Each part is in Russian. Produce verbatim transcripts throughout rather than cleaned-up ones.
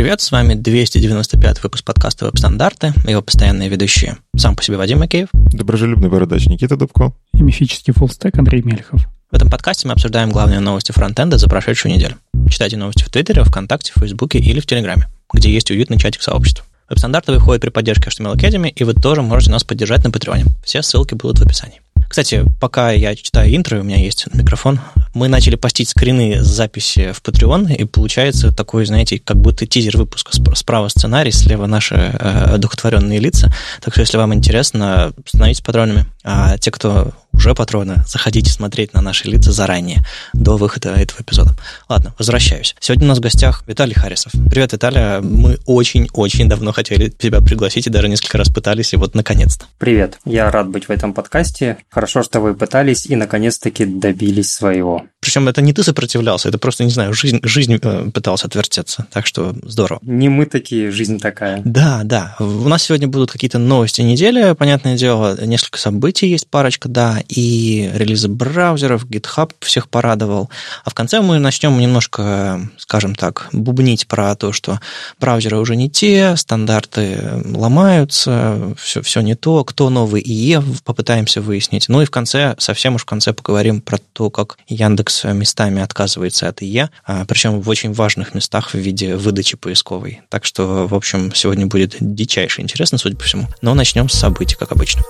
Привет, с вами двести девяносто пятый выпуск подкаста «Веб-стандарты», его постоянные ведущие. Сам по себе Вадим Макеев. Доброжелюбный бородач Никита Дубко. И мифический фуллстек Андрей Мельхов. В этом подкасте мы обсуждаем главные новости фронтенда за прошедшую неделю. Читайте новости в Твиттере, ВКонтакте, в Фейсбуке или в Телеграме, где есть уютный чатик сообщества. Веб-стандарты выходят при поддержке эйч ти эм эл Academy, и вы тоже можете нас поддержать на Патреоне. Все ссылки будут в описании. Кстати, пока я читаю интро, у меня есть микрофон, мы начали постить скрины с записи в Patreon, и получается такой, знаете, как будто тизер выпуска. Справа сценарий, слева наши э, одухотворенные лица. Так что, если вам интересно, становитесь патронами. А те, кто уже патроны, заходите смотреть на наши лица заранее, до выхода этого эпизода. Ладно, возвращаюсь. Сегодня у нас в гостях Виталий Харисов. Привет, Виталий. Мы очень-очень давно хотели тебя пригласить и даже несколько раз пытались, и вот наконец-то. Привет. Я рад быть в этом подкасте. Хорошо, что вы пытались и наконец-таки добились своего. Причем это не ты сопротивлялся, это просто, не знаю, жизнь, жизнь пытался отвертеться. Так что здорово. Не мы такие, жизнь такая. Да, да. У нас сегодня будут какие-то новости недели, понятное дело, несколько событий есть, парочка, да, и релизы браузеров, GitHub всех порадовал. А в конце мы начнем немножко, скажем так, бубнить про то, что браузеры уже не те, стандарты ломаются, все, все не то, кто новый ай и попытаемся выяснить. Ну и в конце, совсем уж в конце поговорим про то, как Яндекс местами отказывается от ай и, причем в очень важных местах в виде выдачи поисковой. Так что, в общем, сегодня будет дичайше интересно, судя по всему. Но начнем с событий, как обычно.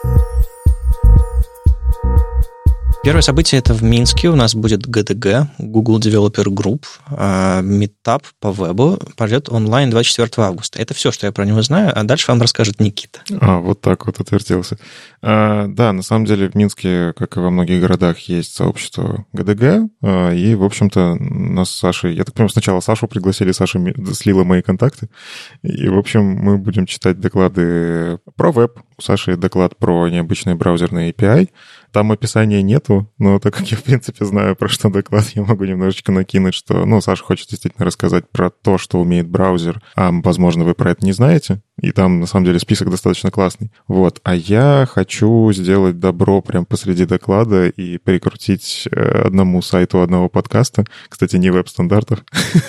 Первое событие – это в Минске у нас будет джи ди джи, Google Developer Group, митап по вебу, пройдет онлайн двадцать четвёртого августа. Это все, что я про него знаю, а дальше вам расскажет Никита. А, вот так вот отвертелся. А, да, на самом деле в Минске, как и во многих городах, есть сообщество джи ди джи, а, и, в общем-то, нас с Сашей, я так понимаю, сначала Сашу пригласили, Саша слила мои контакты, и, в общем, мы будем читать доклады про веб, у Саши доклад про необычные браузерные эй пи ай. Там описания нету, но так как я, в принципе, знаю, про что доклад, я могу немножечко накинуть, что, ну, Саша хочет действительно рассказать про то, что умеет браузер, а, возможно, вы про это не знаете, и там, на самом деле, список достаточно классный. Вот. А я хочу сделать добро прямо посреди доклада и прикрутить одному сайту одного подкаста, кстати, не веб-стандартов.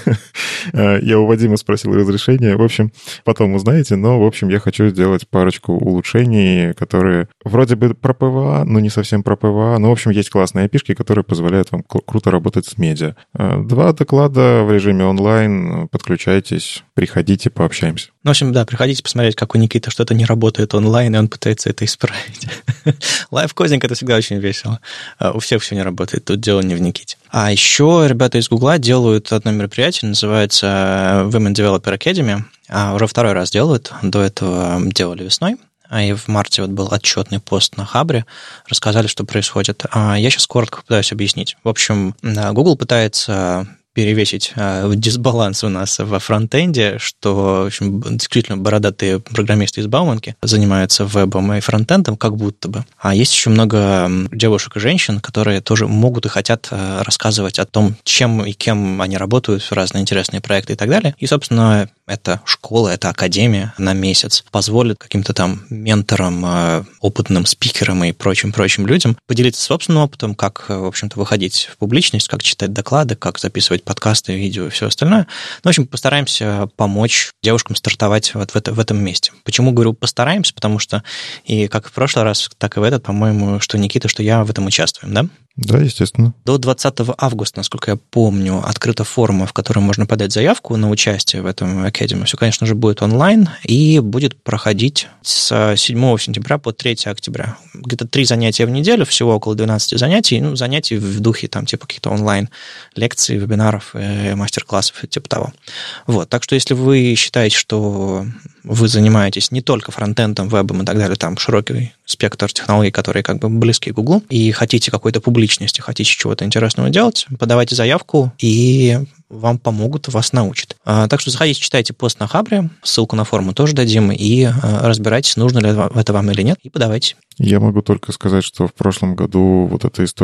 Я у Вадима спросил разрешения, в общем, потом узнаете, но, в общем, я хочу сделать парочку улучшений, которые вроде бы про пи ви эй, но не совсем про пи ви эй, но, в общем, есть классные эй пи шки, которые позволяют вам круто работать с медиа. Два доклада в режиме онлайн, подключайтесь, приходите, пообщаемся. Ну, в общем, да, приходите посмотреть, как у Никиты что-то не работает онлайн, и он пытается это исправить. Лайв-кодинг — это всегда очень весело. У всех все не работает, тут дело не в Никите. А еще ребята из Гугла делают одно мероприятие, называется Women Developer Academy. Уже второй раз делают, до этого делали весной. И в марте вот был отчетный пост на Хабре, рассказали, что происходит. Я сейчас коротко попытаюсь объяснить. В общем, Google пытается перевесить э, дисбаланс у нас во фронтенде, что, в общем, исключительно бородатые программисты из Бауманки занимаются вебом и фронтендом, как будто бы. А есть еще много девушек и женщин, которые тоже могут и хотят э, рассказывать о том, чем и кем они работают, разные интересные проекты и так далее. И, собственно, эта школа, эта академия на месяц позволит каким-то там менторам, э, опытным спикерам и прочим-прочим людям поделиться собственным опытом, как, в общем-то, выходить в публичность, как читать доклады, как записывать подкасты, видео и все остальное. Ну, в общем, постараемся помочь девушкам стартовать вот в, это, в этом месте. Почему говорю постараемся? Потому что и как в прошлый раз, так и в этот, по-моему, что Никита, что я в этом участвуем, да? Да, естественно. До двадцатого августа, насколько я помню, открыта форма, в которой можно подать заявку на участие в этом Academy. Все, конечно же, будет онлайн и будет проходить с седьмого сентября по третьего октября. Где-то три занятия в неделю, всего около двенадцати занятий. Ну, занятий в духе там типа каких-то онлайн-лекций, вебинаров, мастер-классов и типа того. Вот. Так что если вы считаете, что вы занимаетесь не только фронтендом, вебом и так далее, там широкий спектр технологий, которые как бы близки к Google, и хотите какой-то публичности, хотите чего-то интересного делать, подавайте заявку, и вам помогут, вас научат. Так что заходите, читайте пост на Хабре, ссылку на форму тоже дадим, и разбирайтесь, нужно ли это вам или нет, и подавайте. Я могу только сказать, что в прошлом году вот эта история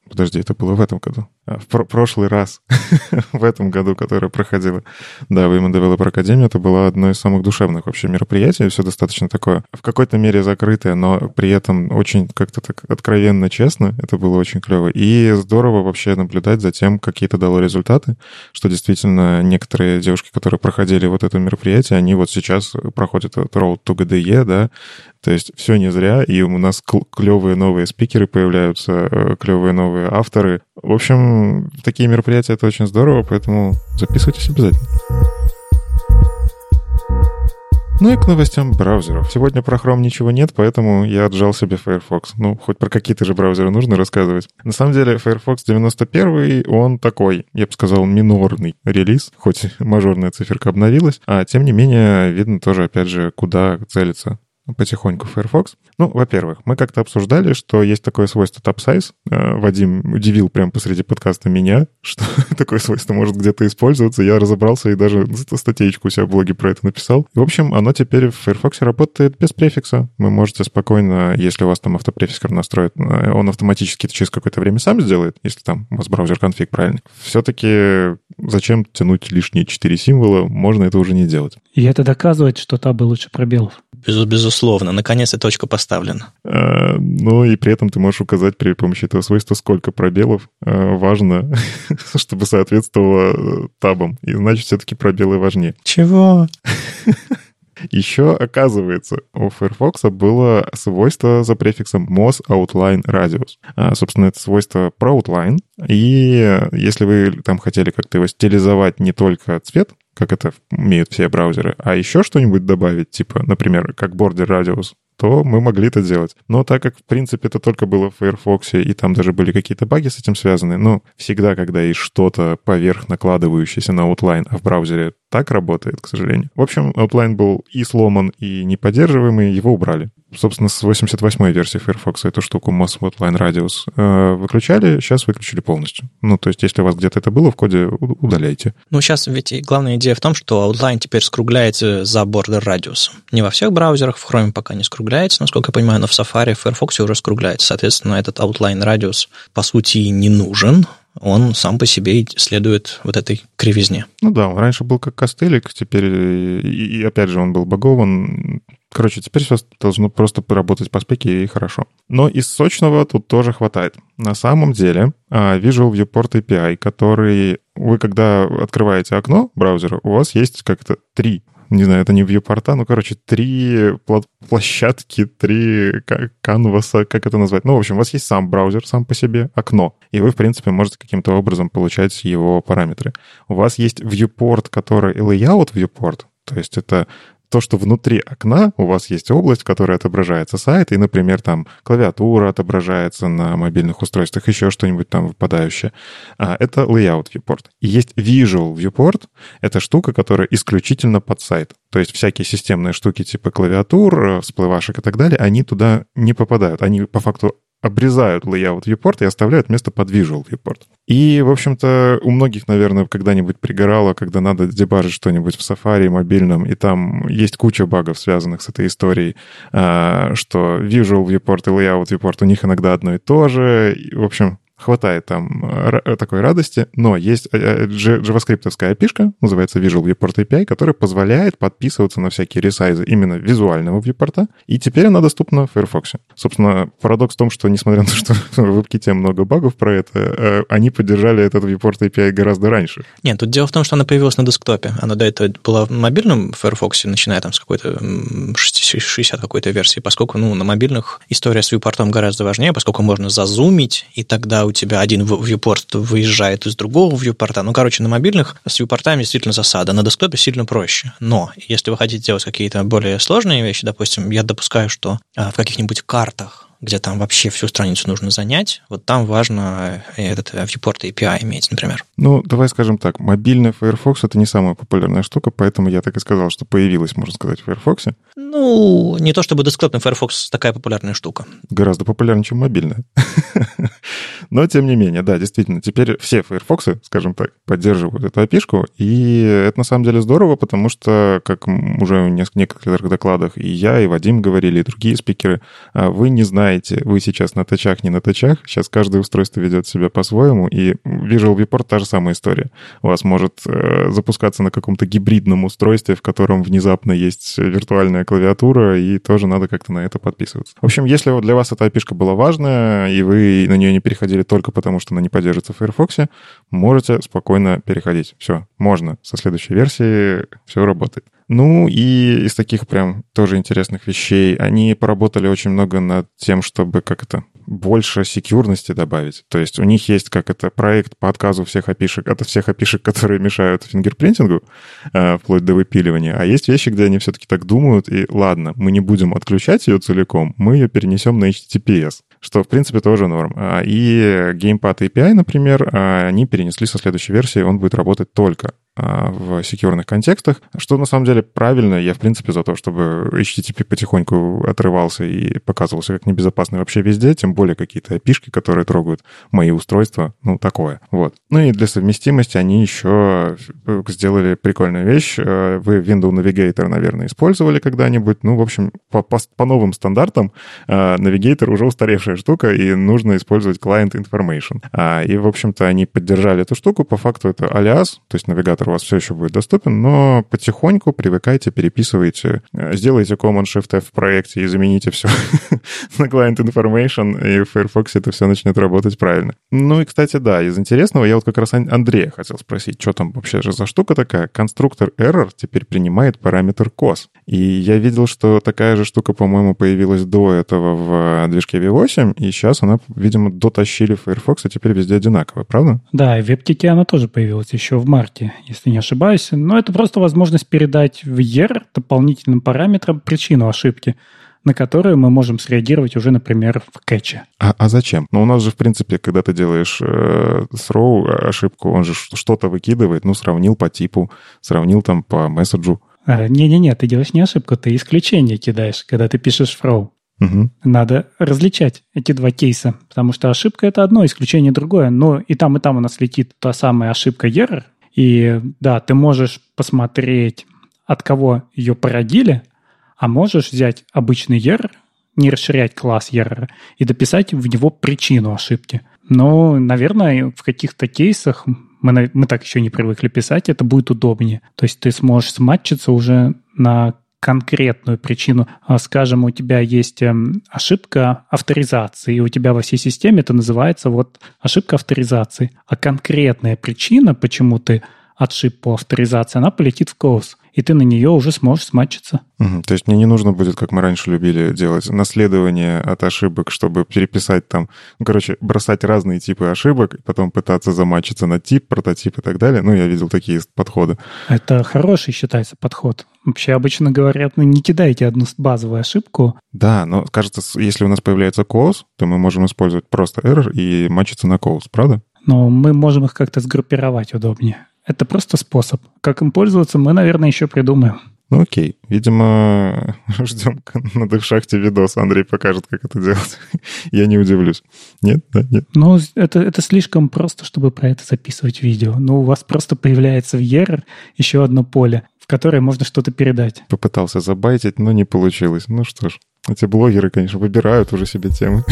Подожди, это было в этом году. А, в про- прошлый раз, в этом году, которое проходило, да, Women Developer Academy, это было одно из самых душевных вообще мероприятий, все достаточно такое, в какой-то мере закрытое, но при этом очень как-то так откровенно честно, это было очень клево. И здорово вообще наблюдать за тем, какие это дало результаты, что действительно некоторые девушки, которые проходили вот это мероприятие, они вот сейчас проходят этот Road to джи ди и, да, то есть все не зря, и у нас клевые новые спикеры появляются, клевые новые авторы. В общем, такие мероприятия — это очень здорово, поэтому записывайтесь обязательно. Ну и к новостям браузеров. Сегодня про Chrome ничего нет, поэтому я отжал себе Firefox. Ну, хоть про какие-то же браузеры нужно рассказывать. На самом деле, Firefox девяносто первый, он такой, я бы сказал, минорный релиз, хоть мажорная циферка обновилась, а тем не менее, видно тоже, опять же, куда целится потихоньку Firefox. Ну, во-первых, мы как-то обсуждали, что есть такое свойство TopSize. Вадим удивил прямо посреди подкаста меня, что такое свойство может где-то использоваться. Я разобрался и даже статейку у себя в блоге про это написал. В общем, оно теперь в Firefox работает без префикса. Вы можете спокойно, если у вас там автопрефикс настроит, он автоматически это через какое-то время сам сделает, если там у вас браузер конфиг правильный. Все-таки зачем тянуть лишние четыре символа? Можно это уже не делать. И это доказывает, что табы лучше пробелов. Безусловно. Наконец-то точка поставлена. А, ну и при этом ты можешь указать при помощи этого свойства, сколько пробелов а, важно, чтобы соответствовало табам. И значит, все-таки пробелы важнее. Чего? Еще, оказывается, у Firefox было свойство за префиксом Moz Outline Radius. А, собственно, это свойство про outline. И если вы там хотели как-то его стилизовать не только цвет, как это умеют все браузеры, а еще что-нибудь добавить, типа, например, как border radius, то мы могли это делать. Но так как, в принципе, это только было в Firefox, и там даже были какие-то баги с этим связаны, ну, всегда, когда есть что-то поверх накладывающееся на outline, а в браузере так работает, к сожалению. В общем, outline был и сломан, и неподдерживаемый, его убрали. Собственно, с восемьдесят восьмой версии Firefox эту штуку Moz Outline Radius э, выключали, сейчас выключили полностью. Ну, то есть, если у вас где-то это было в коде, удаляйте. Ну, сейчас ведь главная идея в том, что outline теперь скругляется за border radius. Не во всех браузерах, в Chrome пока не скругляется, насколько я понимаю, но в Safari, в Firefox уже скругляется. Соответственно, этот outline radius, по сути, не нужен. Он сам по себе следует вот этой кривизне. Ну да, он раньше был как костылик, теперь, и, и опять же, он был багован. Короче, теперь все должно просто поработать по спеке, и хорошо. Но из сочного тут тоже хватает. На самом деле, Visual Viewport эй пи ай, который вы, когда открываете окно браузера, у вас есть как-то три, не знаю, это не вьюпорта, ну, короче, три площадки, три канваса, как это назвать? Ну, в общем, у вас есть сам браузер, сам по себе, окно, и вы, в принципе, можете каким-то образом получать его параметры. У вас есть viewport, который layout viewport, то есть это то, что внутри окна у вас есть область, в которой отображается сайт, и, например, там клавиатура отображается на мобильных устройствах, еще что-нибудь там выпадающее. А, это Layout Viewport. И есть Visual Viewport. Это штука, которая исключительно под сайт. То есть всякие системные штуки типа клавиатур, всплывашек и так далее, они туда не попадают. Они по факту обрезают Layout Viewport и оставляют место под Visual Viewport. И, в общем-то, у многих, наверное, когда-нибудь пригорало, когда надо дебажить что-нибудь в Safari мобильном, и там есть куча багов, связанных с этой историей, что Visual Viewport и Layout Viewport у них иногда одно и то же. И, в общем, хватает там такой радости, но есть джаваскриптовская эй пи ай-шка, называется Visual Viewport эй пи ай, которая позволяет подписываться на всякие ресайзы именно визуального вьюпорта, и теперь она доступна в Firefox. Собственно, парадокс в том, что, несмотря на то, что в WebKit много багов про это, они поддержали этот Viewport эй пи ай гораздо раньше. Нет, тут дело в том, что она появилась на десктопе. Она до этого была в мобильном Firefox, начиная там с какой-то шестидесятой какой-то версии, поскольку, ну, на мобильных история с вьюпортом гораздо важнее, поскольку можно зазумить, и тогда у тебя один вьюпорт выезжает из другого вьюпорта. Ну, короче, на мобильных с вьюпортами действительно засада. На десктопе сильно проще. Но если вы хотите делать какие-то более сложные вещи, допустим, я допускаю, что в каких-нибудь картах, где там вообще всю страницу нужно занять, вот там важно этот viewport эй пи ай иметь, например. Ну, давай скажем так, мобильный Firefox — это не самая популярная штука, поэтому я так и сказал, что появилась, можно сказать, в Firefox. Ну, не то чтобы десктопный Firefox такая популярная штука. Гораздо популярнее, чем мобильная. Но, тем не менее, да, действительно, теперь все Firefox, скажем так, поддерживают эту эй пи ай-шку, и это на самом деле здорово, потому что, как уже в некоторых докладах и я, и Вадим говорили, и другие спикеры, вы не знаете, вы сейчас на тачах, не на тачах, сейчас каждое устройство ведет себя по-своему, и Visual Viewport та же самая история. У вас может запускаться на каком-то гибридном устройстве, в котором внезапно есть виртуальная клавиатура, и тоже надо как-то на это подписываться. В общем, если для вас эта эй пи ай-шка была важная, и вы на нее не переходили только потому, что она не поддерживается в Firefox, можете спокойно переходить. Все, можно. Со следующей версии все работает. Ну и из таких прям тоже интересных вещей, они поработали очень много над тем, чтобы как это больше секьюрности добавить. То есть у них есть как это проект по отказу всех эй пи ай-шек, от всех эй пи ай-шек, которые мешают фингерпринтингу, э, вплоть до выпиливания. А есть вещи, где они все-таки так думают, и ладно, мы не будем отключать ее целиком, мы ее перенесем на эйч ти ти пи эс, что, в принципе, тоже норм. И Gamepad эй пи ай, например, они перенесли со следующей версии, он будет работать только в секьюрных контекстах, что на самом деле правильно. Я, в принципе, за то, чтобы эйч ти ти пи потихоньку отрывался и показывался как небезопасный вообще везде, тем более какие-то эй пи ай-шки, которые трогают мои устройства, ну, такое. Вот. Ну и для совместимости они еще сделали прикольную вещь. Вы Windows Navigator, наверное, использовали когда-нибудь. Ну, в общем, по, по, по новым стандартам Navigator уже устаревшая штука, и нужно использовать Client Information. И, в общем-то, они поддержали эту штуку. По факту это алиас, то есть навигатор у вас все еще будет доступен, но потихоньку привыкайте, переписывайте, сделайте Command-Shift-F в проекте и замените все на Client Information, и в Firefox это все начнет работать правильно. Ну и, кстати, да, из интересного я вот как раз Андрея хотел спросить, что там вообще же за штука такая? Конструктор Error теперь принимает параметр кос. И я видел, что такая же штука, по-моему, появилась до этого в движке ви восемь, и сейчас она, видимо, дотащили в Firefox, и теперь везде одинаково, правда? Да, и в WebKit она тоже появилась еще в марте, если не ошибаюсь. Но это просто возможность передать в и ар дополнительным параметрам причину ошибки, на которую мы можем среагировать уже, например, в кэче. А, а зачем? Ну, у нас же, в принципе, когда ты делаешь э, throw ошибку, он же что-то выкидывает, ну, сравнил по типу, сравнил там по месседжу. А, не-не-не, ты делаешь не ошибку, ты исключение кидаешь, когда ты пишешь throw. Угу. Надо различать эти два кейса, потому что ошибка — это одно, исключение — другое. Но и там, и там у нас летит та самая ошибка error. И да, ты можешь посмотреть, от кого ее породили, а можешь взять обычный error, не расширять класс error, и дописать в него причину ошибки. Но, наверное, в каких-то кейсах, мы, мы так еще не привыкли писать, это будет удобнее. То есть ты сможешь сматчиться уже на конкретную причину. Скажем, у тебя есть ошибка авторизации, и у тебя во всей системе это называется вот ошибка авторизации. А конкретная причина, почему ты отшиб по авторизации, она полетит в коус, и ты на нее уже сможешь сматчиться. Угу. То есть мне не нужно будет, как мы раньше любили делать, наследование от ошибок, чтобы переписать там, ну, короче, бросать разные типы ошибок, и потом пытаться заматчиться на тип, прототип и так далее. Ну, я видел такие подходы. Это хороший считается подход. Вообще обычно говорят, ну, не кидайте одну базовую ошибку. Да, но кажется, если у нас появляется коус, то мы можем использовать просто error и матчиться на коус, правда? Но мы можем их как-то сгруппировать удобнее. Это просто способ. Как им пользоваться, мы, наверное, еще придумаем. Ну окей. Видимо, ждем на шахте видос. Андрей покажет, как это делать. Я не удивлюсь. Нет? Да, нет? Ну, это, это слишком просто, чтобы про это записывать видео. Ну, у вас просто появляется в и ар еще одно поле, в которое можно что-то передать. Попытался забайтить, но не получилось. Ну что ж, эти блогеры, конечно, выбирают уже себе темы.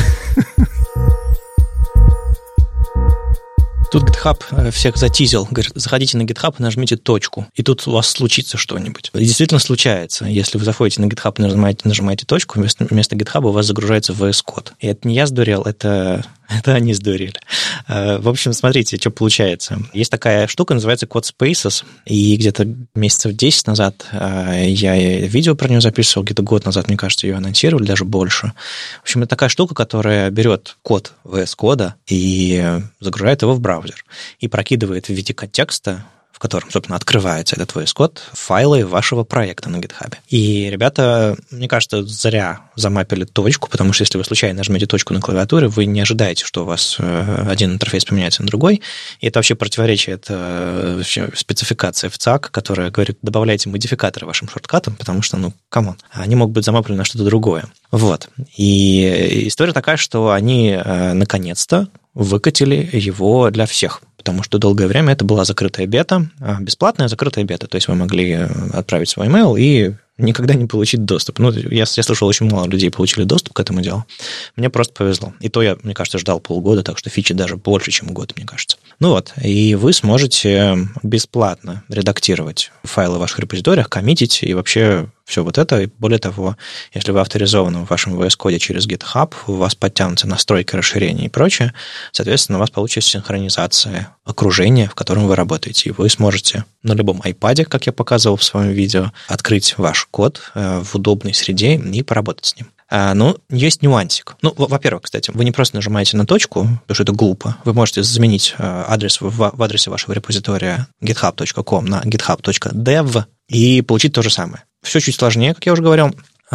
Тут GitHub всех затизил. Говорит, заходите на GitHub и нажмите точку. И тут у вас случится что-нибудь. И действительно случается. Если вы заходите на GitHub и нажимаете, нажимаете точку, вместо, вместо GitHub у вас загружается ви эс Code. И это не я сдурел, это, это они сдурели. В общем, смотрите, что получается. Есть такая штука, называется CodeSpaces. И где-то месяцев десять назад я видео про нее записывал, где-то год назад, мне кажется, ее анонсировали, даже больше. В общем, это такая штука, которая берет код ви эс Code и загружает его в браузер. И прокидывает в виде контекста, в котором, собственно, открывается этот ви эс Code, файлы вашего проекта на GitHub. И ребята, мне кажется, зря замапили точку, потому что если вы случайно нажмете точку на клавиатуре, вы не ожидаете, что у вас один интерфейс поменяется на другой. И это вообще противоречит вообще спецификации в цак, которая говорит, добавляйте модификаторы вашим шорткатам, потому что, ну, камон, они могут быть замаплены на что-то другое. Вот. И история такая, что они наконец-то выкатили его для всех. Потому что долгое время это была закрытая бета, бесплатная закрытая бета. То есть вы могли отправить свой email и никогда не получить доступ. Ну, я, я слышал, очень мало людей получили доступ к этому делу. Мне просто повезло. И то я, мне кажется, ждал полгода, так что фичи даже больше, чем год, мне кажется. Ну вот, и вы сможете бесплатно редактировать файлы в ваших репозиториях, коммитить и вообще все вот это. И более того, если вы авторизованы в вашем ви эс-коде через GitHub, у вас подтянутся настройки, расширения и прочее, соответственно, у вас получится синхронизация окружения, в котором вы работаете. И вы сможете на любом iPad, как я показывал в своем видео, открыть ваш код в удобной среде и поработать с ним. Ну, есть нюансик. Ну, во-первых, кстати, вы не просто нажимаете на точку, потому что это глупо. Вы можете заменить адрес в адресе вашего репозитория github точка com на github точка dev и получить то же самое. Все чуть сложнее, как я уже говорил.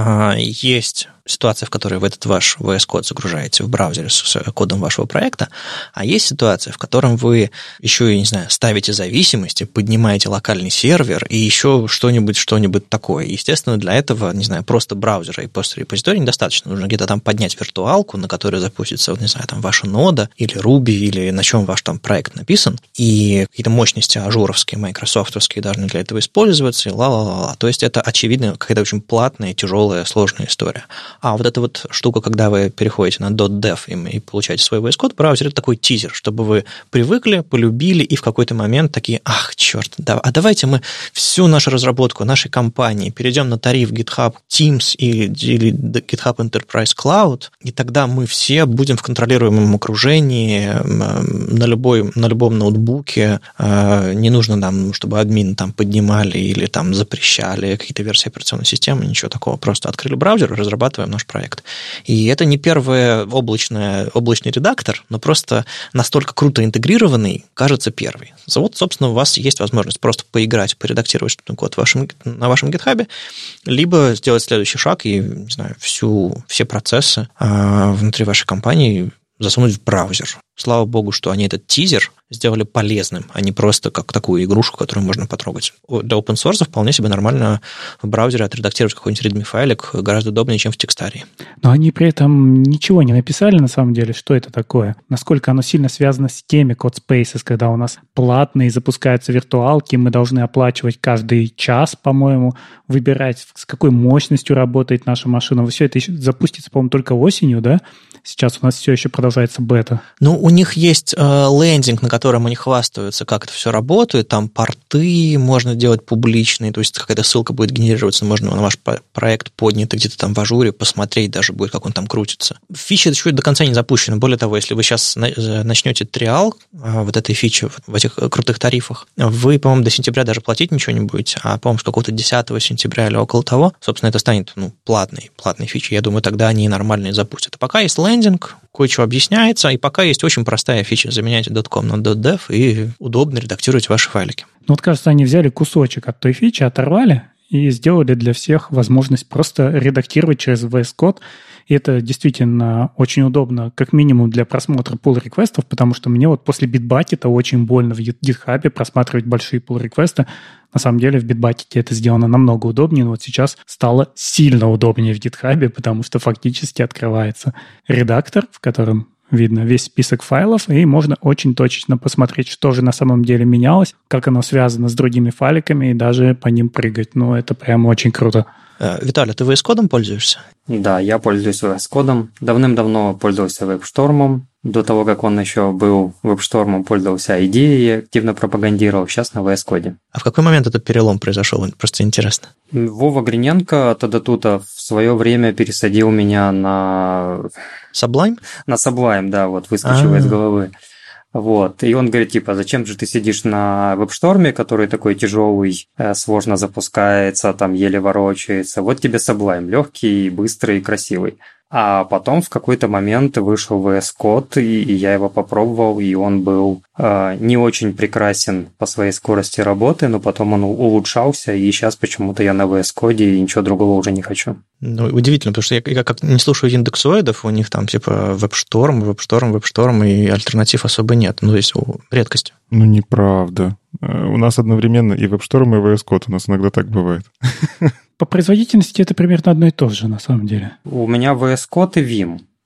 Есть ситуация, в которой вы этот ваш ви эс-код загружаете в браузере с кодом вашего проекта, а есть ситуация, в котором вы еще, я не знаю, ставите зависимости, поднимаете локальный сервер и еще что-нибудь, что-нибудь такое. Естественно, для этого, не знаю, просто браузера и просто репозитория недостаточно. Нужно где-то там поднять виртуалку, на которой запустится, не знаю, там ваша нода или Ruby, или на чем ваш там проект написан, и какие-то мощности ажуровские, майкрософтовские должны для этого использоваться, и ла-ла-ла-ла. То есть это, очевидно, какая-то очень платная, тяжелая, сложная история. А вот эта вот штука, когда вы переходите на .dev и получаете свой ви эс-код, браузер — это такой тизер, чтобы вы привыкли, полюбили и в какой-то момент такие: ах, черт, да, а давайте мы всю нашу разработку нашей компании перейдем на тариф GitHub Teams или, или GitHub Enterprise Cloud, и тогда мы все будем в контролируемом окружении, на, любой, на любом ноутбуке, не нужно нам, чтобы админы там поднимали или там запрещали какие-то версии операционной системы, ничего такого, просто открыли браузер и разрабатываем наш проект. И это не первый облачный, облачный редактор, но просто настолько круто интегрированный, кажется, первый. Вот, собственно, у вас есть возможность просто поиграть, поредактировать код в вашем, на вашем GitHub, либо сделать следующий шаг и, не знаю, всю, все процессы э, внутри вашей компании засунуть в браузер. Слава богу, что они этот тизер сделали полезным, а не просто как такую игрушку, которую можно потрогать. Для open source вполне себе нормально в браузере отредактировать какой-нибудь readme-файлик гораздо удобнее, чем в текстарии. Но они при этом ничего не написали, на самом деле, что это такое. Насколько оно сильно связано с теми CodeSpaces, когда у нас платные запускаются виртуалки, мы должны оплачивать каждый час, по-моему, выбирать, с какой мощностью работает наша машина. Все это еще запустится, по-моему, только осенью, да? Сейчас у нас все еще продолжается бета. Ну, у них есть э, лендинг, на котором они хвастаются, как это все работает. Там порты можно делать публичные, то есть какая-то ссылка будет генерироваться, можно на ваш проект поднятый где-то там в ажуре посмотреть даже будет, как он там крутится. Фича еще до конца не запущена. Более того, если вы сейчас начнете триал вот этой фичи в этих крутых тарифах, вы, по-моему, до сентября даже платить ничего не будете, а, по-моему, с какого-то десятого сентября или около того, собственно, это станет ну, платной, платной фичей. Я думаю, тогда они нормально и запустят. А пока есть лендинг, кое-что объясняется, и пока есть очень простая фича. Заменяйте .com на .dev и удобно редактируйте ваши файлики. Ну вот, кажется, они взяли кусочек от той фичи, оторвали и сделали для всех возможность просто редактировать через ви эс-код. И это действительно очень удобно, как минимум для просмотра pull-реквестов, потому что мне вот после Bitbucket очень больно в GitHub просматривать большие pull-реквесты. На самом деле в Bitbucket это сделано намного удобнее, но вот сейчас стало сильно удобнее в GitHub, потому что фактически открывается редактор, в котором видно весь список файлов, и можно очень точечно посмотреть, что же на самом деле менялось, как оно связано с другими файликами, и даже по ним прыгать. Ну, это прям очень круто. Виталий, ты ви эс-кодом пользуешься? Да, я пользуюсь ви эс-кодом. Давным-давно пользовался WebStorm. До того, как он еще был WebStorm, пользовался идеей и активно пропагандировал. Сейчас на ви эс-коде. А в какой момент этот перелом произошел? Просто интересно. Вова Гриненко от Адатута в свое время пересадил меня на... Sublime? На Sublime, да, вот выскочило из головы. Вот. И он говорит, типа, зачем же ты сидишь на WebStorm, который такой тяжелый, сложно запускается, там еле ворочается. Вот тебе Sublime, легкий, быстрый и красивый. А потом в какой-то момент вышел ви эс-код, и, и я его попробовал, и он был э, не очень прекрасен по своей скорости работы, но потом он улучшался, и сейчас почему-то я на ви эс-коде, и ничего другого уже не хочу. Ну, удивительно, потому что я, я как не слушаю индексоидов, у них там типа WebStorm, WebStorm, WebStorm, и альтернатив особо нет. Ну, то есть редкость. Ну, неправда. У нас одновременно и WebStorm, и ви эс-код. У нас иногда так бывает. По производительности это примерно одно и то же, на самом деле. У меня ви эс-код и Vim.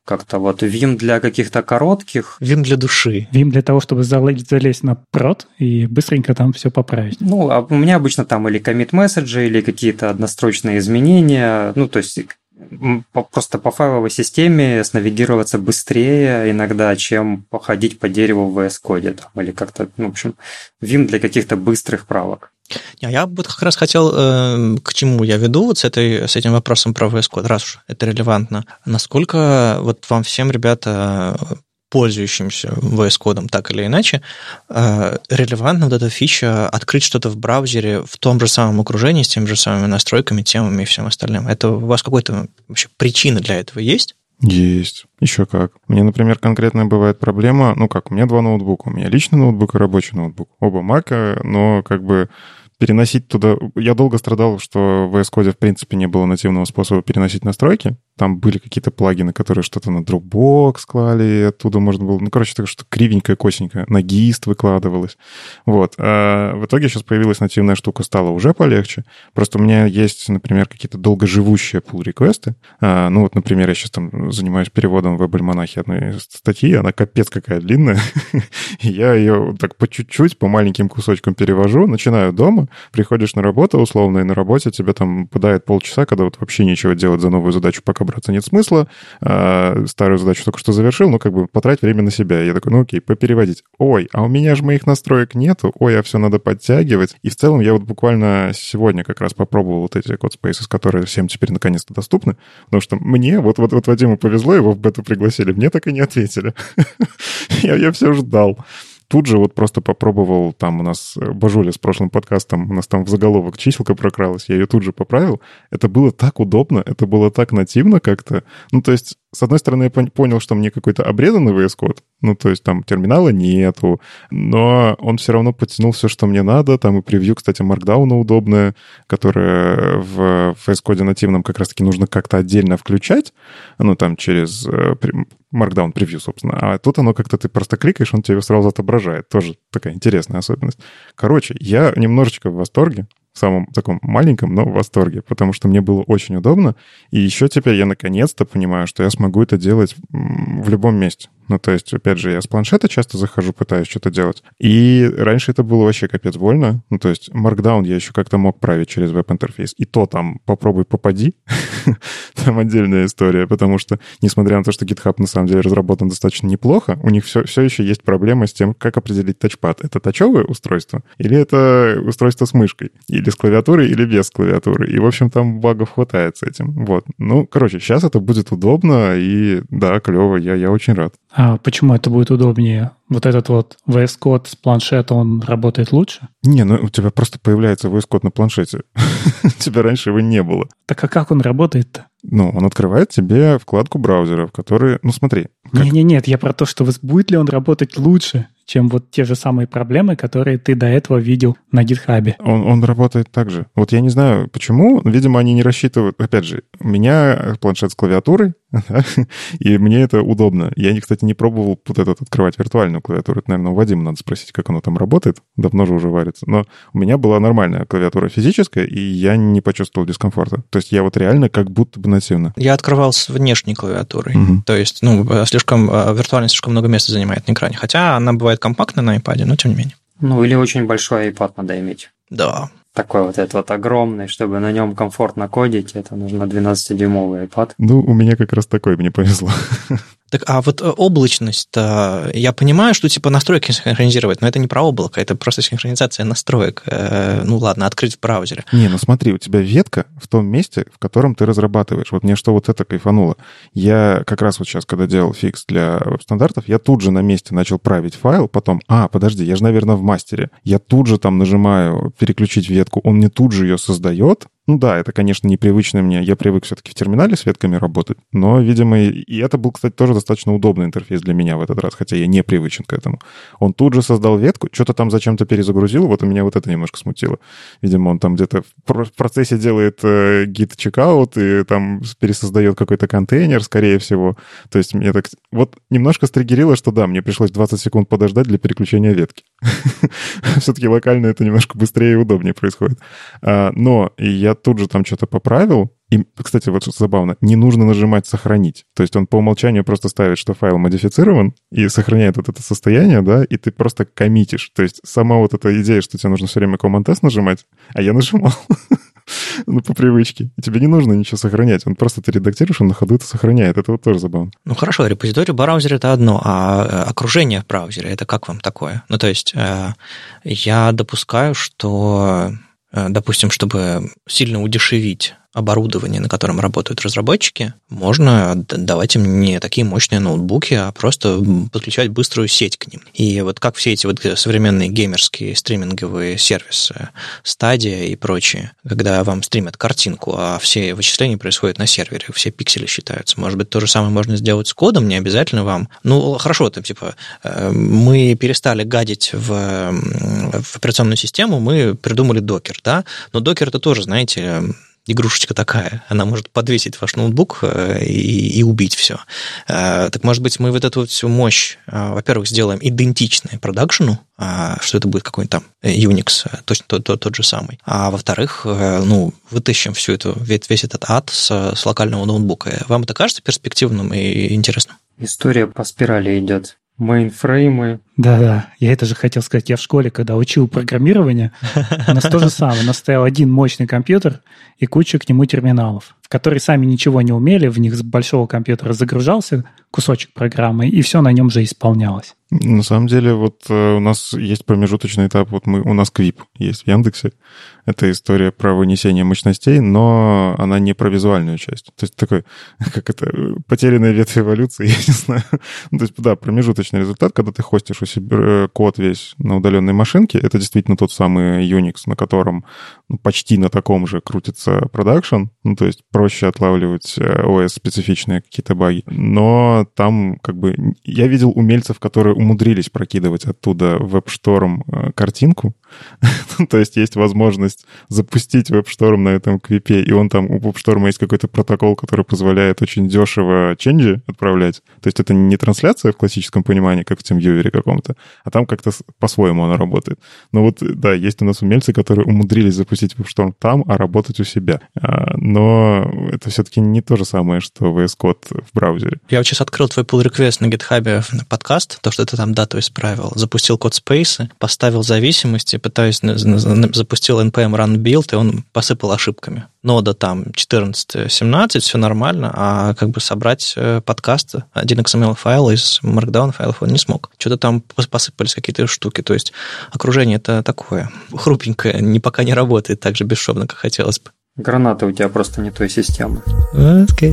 как-то вот Vim для каких-то коротких. Vim для души. Vim для того, чтобы залезть на прод и быстренько там все поправить. Ну, а у меня обычно там или commit-месседжи, или какие-то однострочные изменения. Ну, то есть просто по файловой системе снавигироваться быстрее иногда, чем походить по дереву в ви эс Code там, или как-то, ну, в общем, Vim для каких-то быстрых правок. Я вот как раз хотел, э, к чему я веду вот с, этой, с этим вопросом про ви эс Code, раз уж это релевантно. Насколько вот вам всем, ребята, пользующимся ви эс Code так или иначе, э, релевантна вот эта фича открыть что-то в браузере в том же самом окружении, с теми же самыми настройками, темами и всем остальным? Это у вас какой-то вообще причина для этого есть? Есть. Еще как. У меня, например, конкретная бывает проблема, ну как, у меня два ноутбука. У меня личный ноутбук и рабочий ноутбук. Оба Mac, но как бы переносить туда... Я долго страдал, что в ви эс Code, в принципе, не было нативного способа переносить настройки. Там были какие-то плагины, которые что-то на Dropbox клали, и оттуда можно было... Ну, короче, так что кривенькое, косенькое. На гист выкладывалось. Вот. А в итоге сейчас появилась нативная штука, стало уже полегче. Просто у меня есть, например, какие-то долгоживущие pull-реквесты. А, ну, вот, например, я сейчас там занимаюсь переводом в веб-альманахе одной статьи, она капец какая длинная. И я ее так по чуть-чуть, по маленьким кусочкам перевожу, начинаю дома, приходишь на работу условно, и на работе тебе там подает полчаса, когда вот вообще нечего делать за новую задачу, пока браться нет смысла. А, старую задачу только что завершил, ну, как бы потрать время на себя. Я такой, ну, окей, попереводить. Ой, а у меня же моих настроек нету. Ой, а все надо подтягивать. И в целом я вот буквально сегодня как раз попробовал вот эти CodeSpaces, которые всем теперь наконец-то доступны, потому что мне, вот, вот, вот Вадиму повезло, его в бету пригласили, мне так и не ответили. я, я все ждал. Тут же вот просто попробовал, там у нас Бажуля с прошлым подкастом, у нас там в заголовок чиселка прокралась, я ее тут же поправил. Это было так удобно, это было так нативно как-то. Ну, то есть, с одной стороны, я понял, что мне какой-то обрезанный ви эс Code, ну, то есть там терминала нету, но он все равно подтянул все, что мне надо. Там и превью, кстати, Markdown удобное, которое в ви эс Code нативном как раз-таки нужно как-то отдельно включать, ну, там через Markdown превью, собственно. А тут оно как-то ты просто кликаешь, он тебе сразу отображает. Тоже такая интересная особенность. Короче, я немножечко в восторге. В самом таком маленьком, но в восторге, потому что мне было очень удобно. И еще теперь я наконец-то понимаю, что я смогу это делать в любом месте. Ну, то есть, опять же, я с планшета часто захожу, пытаюсь что-то делать. И раньше это было вообще капец больно. Ну, то есть, Markdown я еще как-то мог править через веб-интерфейс. И то там попробуй попади. Там отдельная история, потому что, несмотря на то, что GitHub на самом деле разработан достаточно неплохо, у них все, все еще есть проблема с тем, как определить тачпад. Это тачевое устройство? Или это устройство с мышкой? Или с клавиатурой, или без клавиатуры? И, в общем, там багов хватает с этим. Вот. Ну, короче, сейчас это будет удобно, и да, клево, я, я очень рад. А почему это будет удобнее? Вот этот вот ви эс Code с планшета, он работает лучше? Не, ну у тебя просто появляется ви эс Code на планшете. У тебя раньше его не было. Так а как он работает-то? Ну, он открывает тебе вкладку браузера, в которой... Ну, смотри. Не-не-нет, я про то, что будет ли он работать лучше, чем вот те же самые проблемы, которые ты до этого видел на GitHub. Он, он работает так же. Вот я не знаю, почему. Видимо, они не рассчитывают... Опять же, у меня планшет с клавиатурой, и мне это удобно. Я, кстати, не пробовал вот этот открывать виртуальную клавиатуру. Это, наверное, у Вадима надо спросить, как оно там работает. Давно же уже варится. Но у меня была нормальная клавиатура физическая, и я не почувствовал дискомфорта. То есть я вот реально как будто бы нативно. Я открывал с внешней клавиатурой. Угу. То есть, ну, слишком виртуально слишком много места занимает на экране. Хотя она бывает компактная на iPad, но тем не менее. Ну, или очень большой iPad надо иметь. Да. Такой вот этот вот огромный, чтобы на нем комфортно кодить, это нужно двенадцатидюймовый iPad. Ну, у меня как раз такой, мне повезло. Так, а вот облачность-то, я понимаю, что типа настройки синхронизировать, но это не про облако, это просто синхронизация настроек. Ну ладно, открыть в браузере. Не, ну смотри, у тебя ветка в том месте, в котором ты разрабатываешь. Вот мне что вот это кайфануло. Я как раз вот сейчас, когда делал фикс для веб-стандартов, я тут же на месте начал править файл, потом, а, подожди, я же, наверное, в мастере. Я тут же там нажимаю переключить ветку, он мне тут же ее создает. Ну да, это, конечно, непривычно мне. Я привык все-таки в терминале с ветками работать. Но, видимо, и это был, кстати, тоже достаточно удобный интерфейс для меня в этот раз, хотя я не привычен к этому. Он тут же создал ветку, что-то там зачем-то перезагрузил, вот у меня вот это немножко смутило. Видимо, он там где-то в процессе делает э, git checkout и там пересоздает какой-то контейнер, скорее всего. То есть мне так... Вот немножко стригерило, что да, мне пришлось двадцать секунд подождать для переключения ветки. Все-таки локально это немножко быстрее и удобнее происходит. Но я тут же там что-то поправил, И, кстати, вот что забавно, не нужно нажимать «сохранить». То есть он по умолчанию просто ставит, что файл модифицирован, и сохраняет вот это состояние, да, и ты просто коммитишь. То есть сама вот эта идея, что тебе нужно все время Command-S нажимать, а я нажимал, ну, по привычке. И тебе не нужно ничего сохранять. Он просто ты редактируешь, он на ходу это сохраняет. Это вот тоже забавно. Ну, хорошо, репозиторий в браузере – это одно, а окружение в браузере – это как вам такое? Ну, то есть я допускаю, что, допустим, чтобы сильно удешевить оборудование, на котором работают разработчики, можно давать им не такие мощные ноутбуки, а просто подключать быструю сеть к ним. И вот как все эти вот современные геймерские стриминговые сервисы, Stadia и прочие, когда вам стримят картинку, а все вычисления происходят на сервере, все пиксели считаются. Может быть, то же самое можно сделать с кодом, не обязательно вам. Ну, хорошо, там, типа, мы перестали гадить в, в операционную систему, мы придумали докер, да? Но докер это тоже, знаете, игрушечка такая, она может подвесить ваш ноутбук и, и убить все. Так, может быть, мы вот эту вот всю мощь, во-первых, сделаем идентичной продакшену, что это будет какой-нибудь там Unix, точно тот, тот, тот же самый. А во-вторых, ну, вытащим всю эту, весь этот ад с, с локального ноутбука. Вам это кажется перспективным и интересным? История по спирали идет. Мейнфреймы. Да-да, я это же хотел сказать. Я в школе, когда учил программирование, у нас то же самое. У нас стоял один мощный компьютер и куча к нему терминалов, в которые сами ничего не умели, в них с большого компьютера загружался кусочек программы, и все на нем же исполнялось. На самом деле, вот у нас есть промежуточный этап, вот мы, у нас Квип есть в Яндексе. Это история про вынесение мощностей, но она не про визуальную часть. То есть такой, как это, потерянная ветвь эволюции, я не знаю. Ну, то есть, да, промежуточный результат, когда ты хостишь у себя код весь на удаленной машинке, это действительно тот самый Unix, на котором ну, почти на таком же крутится продакшн, ну, то есть проще отлавливать о эс-специфичные какие-то баги. Но там как бы... Я видел умельцев, которые умудрились прокидывать оттуда в WebStorm картинку. То есть есть возможность запустить WebStorm на этом квипе, и он там, у WebStorm есть какой-то протокол, который позволяет очень дешево ченджи отправлять. То есть это не трансляция в классическом понимании, как в TeamViewer каком-то, а там как-то по-своему она работает. Но вот, да, есть у нас умельцы, которые умудрились запустить WebStorm там, а работать у себя. Но это все-таки не то же самое, что ви эс Code в браузере. Я вот сейчас открыл твой pull request на GitHub на подкаст, то, что ты там дату исправил, запустил код Space, поставил зависимости, пытаюсь, запустил npm run build, и он посыпал ошибками. Нода там четырнадцать семнадцать, все нормально, а как бы собрать подкаст, один икс эм эл-файл из Markdown файлов он не смог. Что-то там посыпались какие-то штуки. То есть окружение это такое хрупенькое, не, пока не работает так же бесшовно, как хотелось бы. Граната у тебя просто не той системы. Окей. Okay.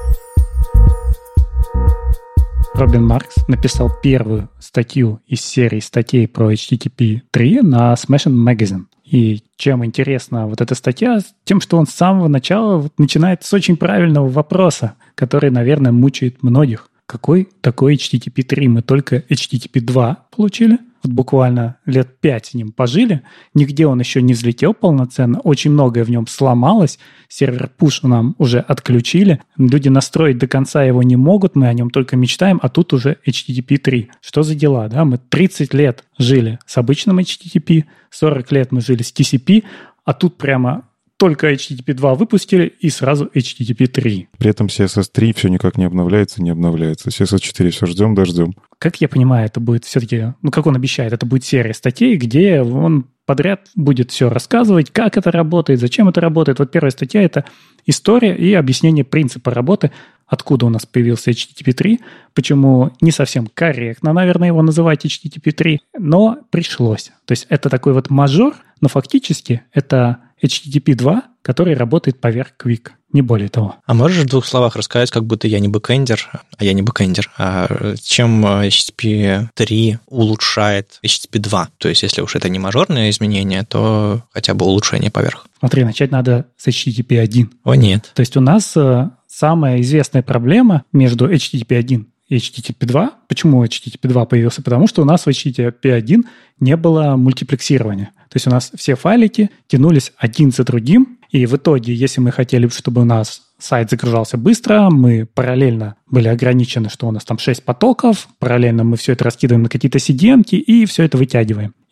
Робин Маркс написал первую статью из серии статей про эйч ти ти пи три на Smashing Magazine. И чем интересна вот эта статья? Тем, что он с самого начала начинает с очень правильного вопроса, который, наверное, мучает многих. Какой такой эйч ти ти пи три? Мы только эйч ти ти пи два получили. Вот буквально лет пять с ним пожили. Нигде он еще не взлетел полноценно. Очень многое в нем сломалось. Сервер push нам уже отключили. Люди настроить до конца его не могут. Мы о нем только мечтаем. А тут уже эйч ти ти пи три. Что за дела, да? Мы тридцать лет жили с обычным эйч ти ти пи. сорок лет мы жили с ти си пи. А тут прямо... Только эйч ти ти пи два выпустили, и сразу эйч ти ти пи три. При этом си эс эс три все никак не обновляется, не обновляется. си эс эс четыре все ждем, да ждем. Как я понимаю, это будет все-таки, ну, как он обещает, это будет серия статей, где он подряд будет все рассказывать, как это работает, зачем это работает. Вот первая статья – это история и объяснение принципа работы, откуда у нас появился эйч ти ти пи три, почему не совсем корректно, наверное, его называть эйч ти ти пи три, но пришлось. То есть это такой вот мажор, но фактически это эйч ти ти пи два, который работает поверх Quick, не более того. А можешь в двух словах рассказать, как будто я не бэкэндер, а я не бэкэндер, а чем эйч ти ти пи три улучшает эйч ти ти пи два? То есть если уж это не мажорное изменение, то хотя бы улучшение поверх. Смотри, начать надо с эйч ти ти пи один. О, нет. То есть у нас самая известная проблема между эйч ти ти пи один и эйч ти ти пи два. Почему эйч ти ти пи два появился? Потому что у нас в эйч ти ти пи один не было мультиплексирования. То есть у нас все файлики тянулись один за другим, и в итоге, если мы хотели, чтобы у нас сайт загружался быстро, мы параллельно были ограничены, что у нас там шесть потоков, параллельно мы все это раскидываем на какие-то си ди эм-ки и все это вытягиваем.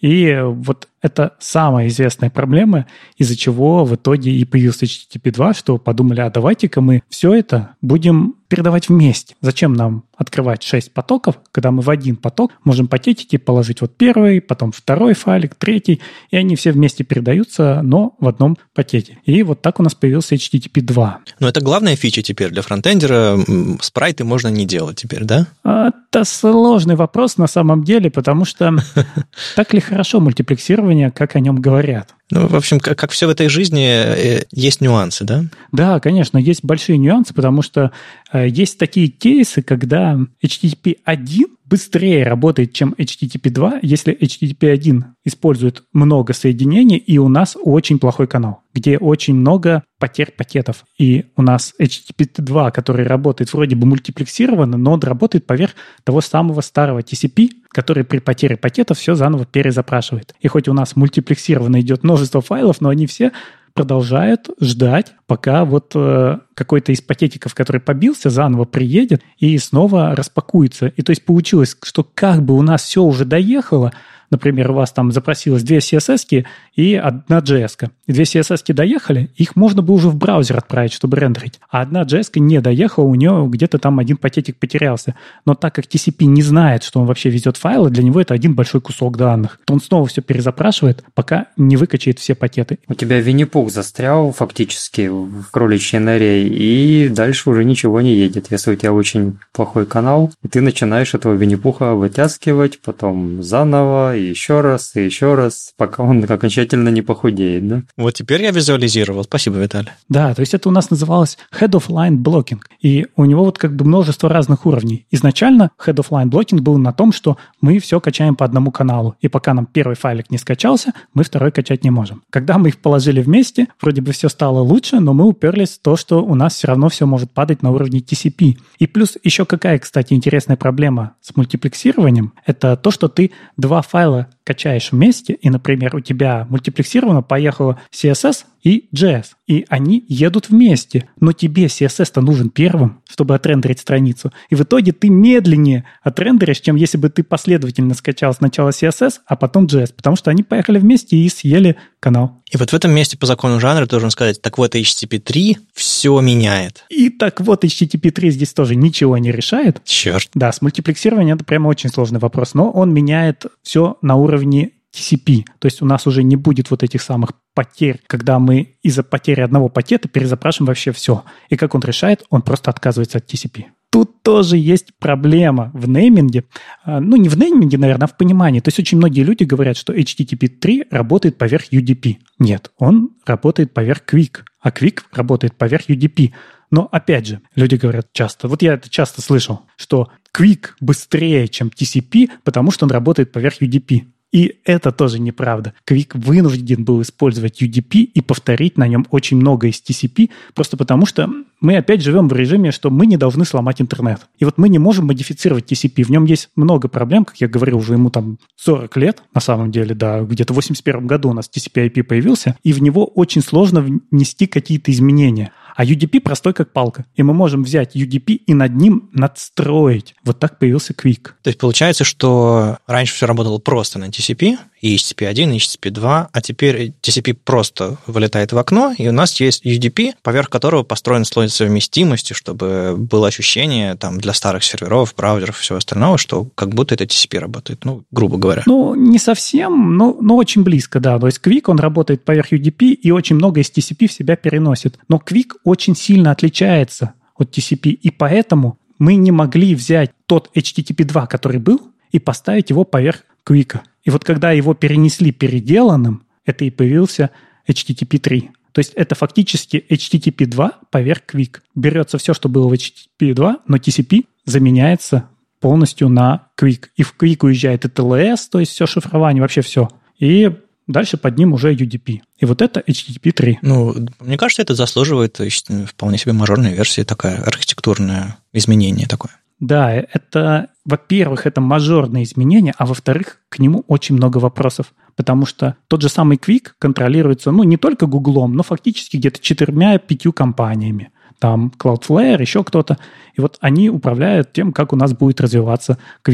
И вот это самая известная проблема, из-за чего в итоге и появился эйч ти ти пи два, что подумали, а давайте-ка мы все это будем передавать вместе. Зачем нам открывать шесть потоков, когда мы в один поток можем пакетики положить вот первый, потом второй файлик, третий, и они все вместе передаются, но в одном пакете. И вот так у нас появился эйч ти ти пи два. Но это главная фича теперь для фронтендера. Спрайты можно не делать теперь, да? Это сложный вопрос на самом деле, потому что так ли хорошо мультиплексирование, как о нем говорят? Ну, в общем, как, как все в этой жизни, есть нюансы, да? Да, конечно, есть большие нюансы, потому что э, есть такие кейсы, когда эйч ти ти пи один быстрее работает, чем эйч ти ти пи два, если эйч ти ти пи один использует много соединений, и у нас очень плохой канал, где очень много потерь пакетов. И у нас эйч ти ти пи два, который работает вроде бы мультиплексированно, но он работает поверх того самого старого ти си пи, который при потере пакетов все заново перезапрашивает. И хоть у нас мультиплексированно идет множество файлов, но они все продолжают ждать, пока вот э, какой-то из пакетиков, который побился, заново приедет и снова распакуется. И то есть получилось, что как бы у нас все уже доехало, например, у вас там запросилось две си эс эс-ки и одна джей эс-ка. Две си эс эс-ки доехали, их можно было уже в браузер отправить, чтобы рендерить. А одна джей эс-ка не доехала, у нее где-то там один пакетик потерялся. Но так как ти си пи не знает, что он вообще везет файлы, для него это один большой кусок данных. То он снова все перезапрашивает, пока не выкачает все пакеты. У тебя Винни-Пух застрял фактически в кроличьей норе, и дальше уже ничего не едет. Если у тебя очень плохой канал, и ты начинаешь этого Винни-Пуха вытаскивать, потом заново, и еще раз, и еще раз, пока он окончательно не похудеет, да? Вот теперь я визуализировал. Спасибо, Виталий. Да, то есть это у нас называлось Head of Line Blocking, и у него вот как бы множество разных уровней. Изначально Head of Line Blocking был на том, что мы все качаем по одному каналу, и пока нам первый файлик не скачался, мы второй качать не можем. Когда мы их положили вместе, вроде бы все стало лучше, но мы уперлись в то, что у нас все равно все может падать на уровне ти си пи. И плюс еще какая, кстати, интересная проблема с мультиплексированием, это то, что ты два файла качаешь вместе, и, например, у тебя мультиплексировано поехало си эс эс и джей эс, и они едут вместе, но тебе си эс эс-то нужен первым, чтобы отрендерить страницу, и в итоге ты медленнее отрендеришь, чем если бы ты последовательно скачал сначала си эс эс, а потом джей эс, потому что они поехали вместе и съели канал. И вот в этом месте по закону жанра должен сказать, так вот, эйч ти ти пи три все меняет. И так вот, эйч ти ти пи три здесь тоже ничего не решает. Черт. Да, с мультиплексированием это прямо очень сложный вопрос, но он меняет все на уровне ти си пи. То есть у нас уже не будет вот этих самых потерь, когда мы из-за потери одного пакета перезапрашиваем вообще все. И как он решает? Он просто отказывается от ти си пи. Тут тоже есть проблема в нейминге. Ну, не в нейминге, наверное, а в понимании. То есть очень многие люди говорят, что эйч ти ти пи три работает поверх ю ди пи. Нет, он работает поверх Quick, а Quick работает поверх ю ди пи. Но, опять же, люди говорят часто, вот я это часто слышал, что Quick быстрее, чем ти си пи, потому что он работает поверх ю ди пи. И это тоже неправда. Quick вынужден был использовать ю ди пи и повторить на нем очень много из ти си пи, просто потому что мы опять живем в режиме, что мы не должны сломать интернет. И вот мы не можем модифицировать ти си пи. В нем есть много проблем, как я говорил, уже ему там сорок лет, на самом деле, да, где-то в восемьдесят первом году у нас ти си пи ай пи появился, и в него очень сложно внести какие-то изменения. А ю ди пи простой как палка. И мы можем взять ю ди пи и над ним надстроить. Вот так появился Quick. То есть получается, что раньше все работало просто на ти си пи, и эйч ти ти пи один, и эйч ти ти пи два, а теперь ти си пи просто вылетает в окно, и у нас есть ю ди пи, поверх которого построен слой совместимости, чтобы было ощущение там, для старых серверов, браузеров и всего остального, что как будто это ти си пи работает, ну, грубо говоря. Ну, не совсем, но, но очень близко, да. То есть Quick, он работает поверх ю ди пи и очень много из ти си пи в себя переносит. Но Quick очень сильно отличается от ти си пи, и поэтому мы не могли взять тот эйч ти ти пи два, который был, и поставить его поверх Quick. И вот когда его перенесли переделанным, это и появился эйч ти ти пи три. То есть это фактически эйч ти ти пи два поверх Quick. Берется все, что было в эйч ти ти пи два, но ти си пи заменяется полностью на Quick. И в Quick уезжает и ти эл эс, то есть все шифрование, вообще все. И дальше под ним уже ю ди пи. И вот это эйч ти ти пи три. Ну, мне кажется, это заслуживает вполне себе мажорной версии, такая архитектурное изменение такое. Да, это, во-первых, это мажорное изменение, а во-вторых, к нему очень много вопросов, потому что тот же самый Quick контролируется, ну, не только Гуглом, но фактически где-то четырьмя-пятью компаниями. Там Cloudflare, еще кто-то. И вот они управляют тем, как у нас будет развиваться Quick.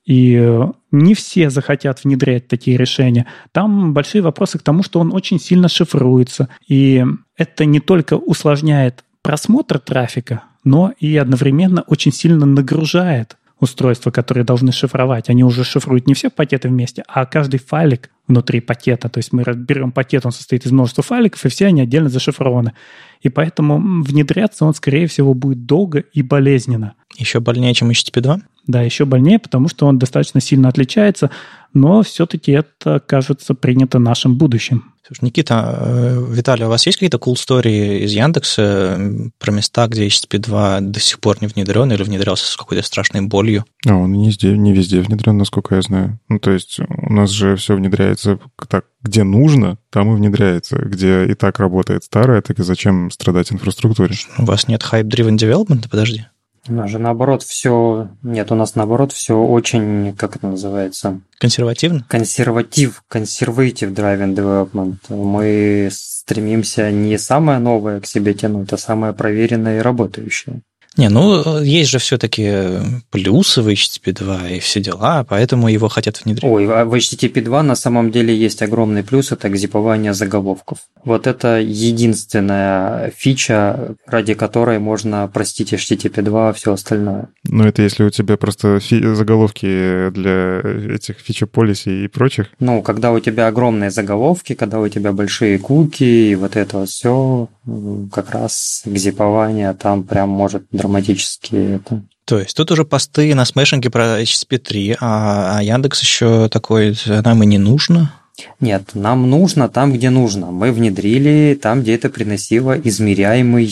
И не все захотят внедрять такие решения. Там большие вопросы к тому, что он очень сильно шифруется. И это не только усложняет просмотр трафика, но и одновременно очень сильно нагружает устройства, которые должны шифровать. Они уже шифруют не все пакеты вместе, а каждый файлик внутри пакета. То есть мы берем пакет, он состоит из множества файликов, и все они отдельно зашифрованы. И поэтому внедряться он, скорее всего, будет долго и болезненно. Еще больнее, чем эйч ти ти пи два? Да, еще больнее, потому что он достаточно сильно отличается, но все-таки это, кажется, принято нашим будущим. Слушай, Никита, Виталий, у вас есть какие-то cool story из Яндекса про места, где эйч ти ти пи два до сих пор не внедрен или внедрялся с какой-то страшной болью? А он не везде, не везде внедрен, насколько я знаю. Ну, то есть у нас же все внедряется так, где нужно, там и внедряется. Где и так работает старое, так и зачем страдать инфраструктуре? У вас нет hype-driven development? Подожди. У нас же наоборот все... Нет, у нас наоборот все очень, как это называется? Консервативно? Консерватив, conservative driven development. Мы стремимся не самое новое к себе тянуть, а самое проверенное и работающее. Не, ну, есть же все-таки плюсы в эйч ти ти пи два и все дела, поэтому его хотят внедрить. Ой, а в эйч ти ти пи два на самом деле есть огромный плюс, это зипование заголовков. Вот это единственная фича, ради которой можно простить эйч ти ти пи два, а все остальное. Ну, это если у тебя просто фи- заголовки для этих фича-полиси и прочих. Ну, когда у тебя огромные заголовки, когда у тебя большие куки, и вот это вот все, как раз зипование там прям может драматически это. То есть тут уже посты на смешинге про эйч ти ти пи три, а, а Яндекс еще такой, нам и не нужно? Нет, нам нужно там, где нужно. Мы внедрили там, где это приносило измеряемый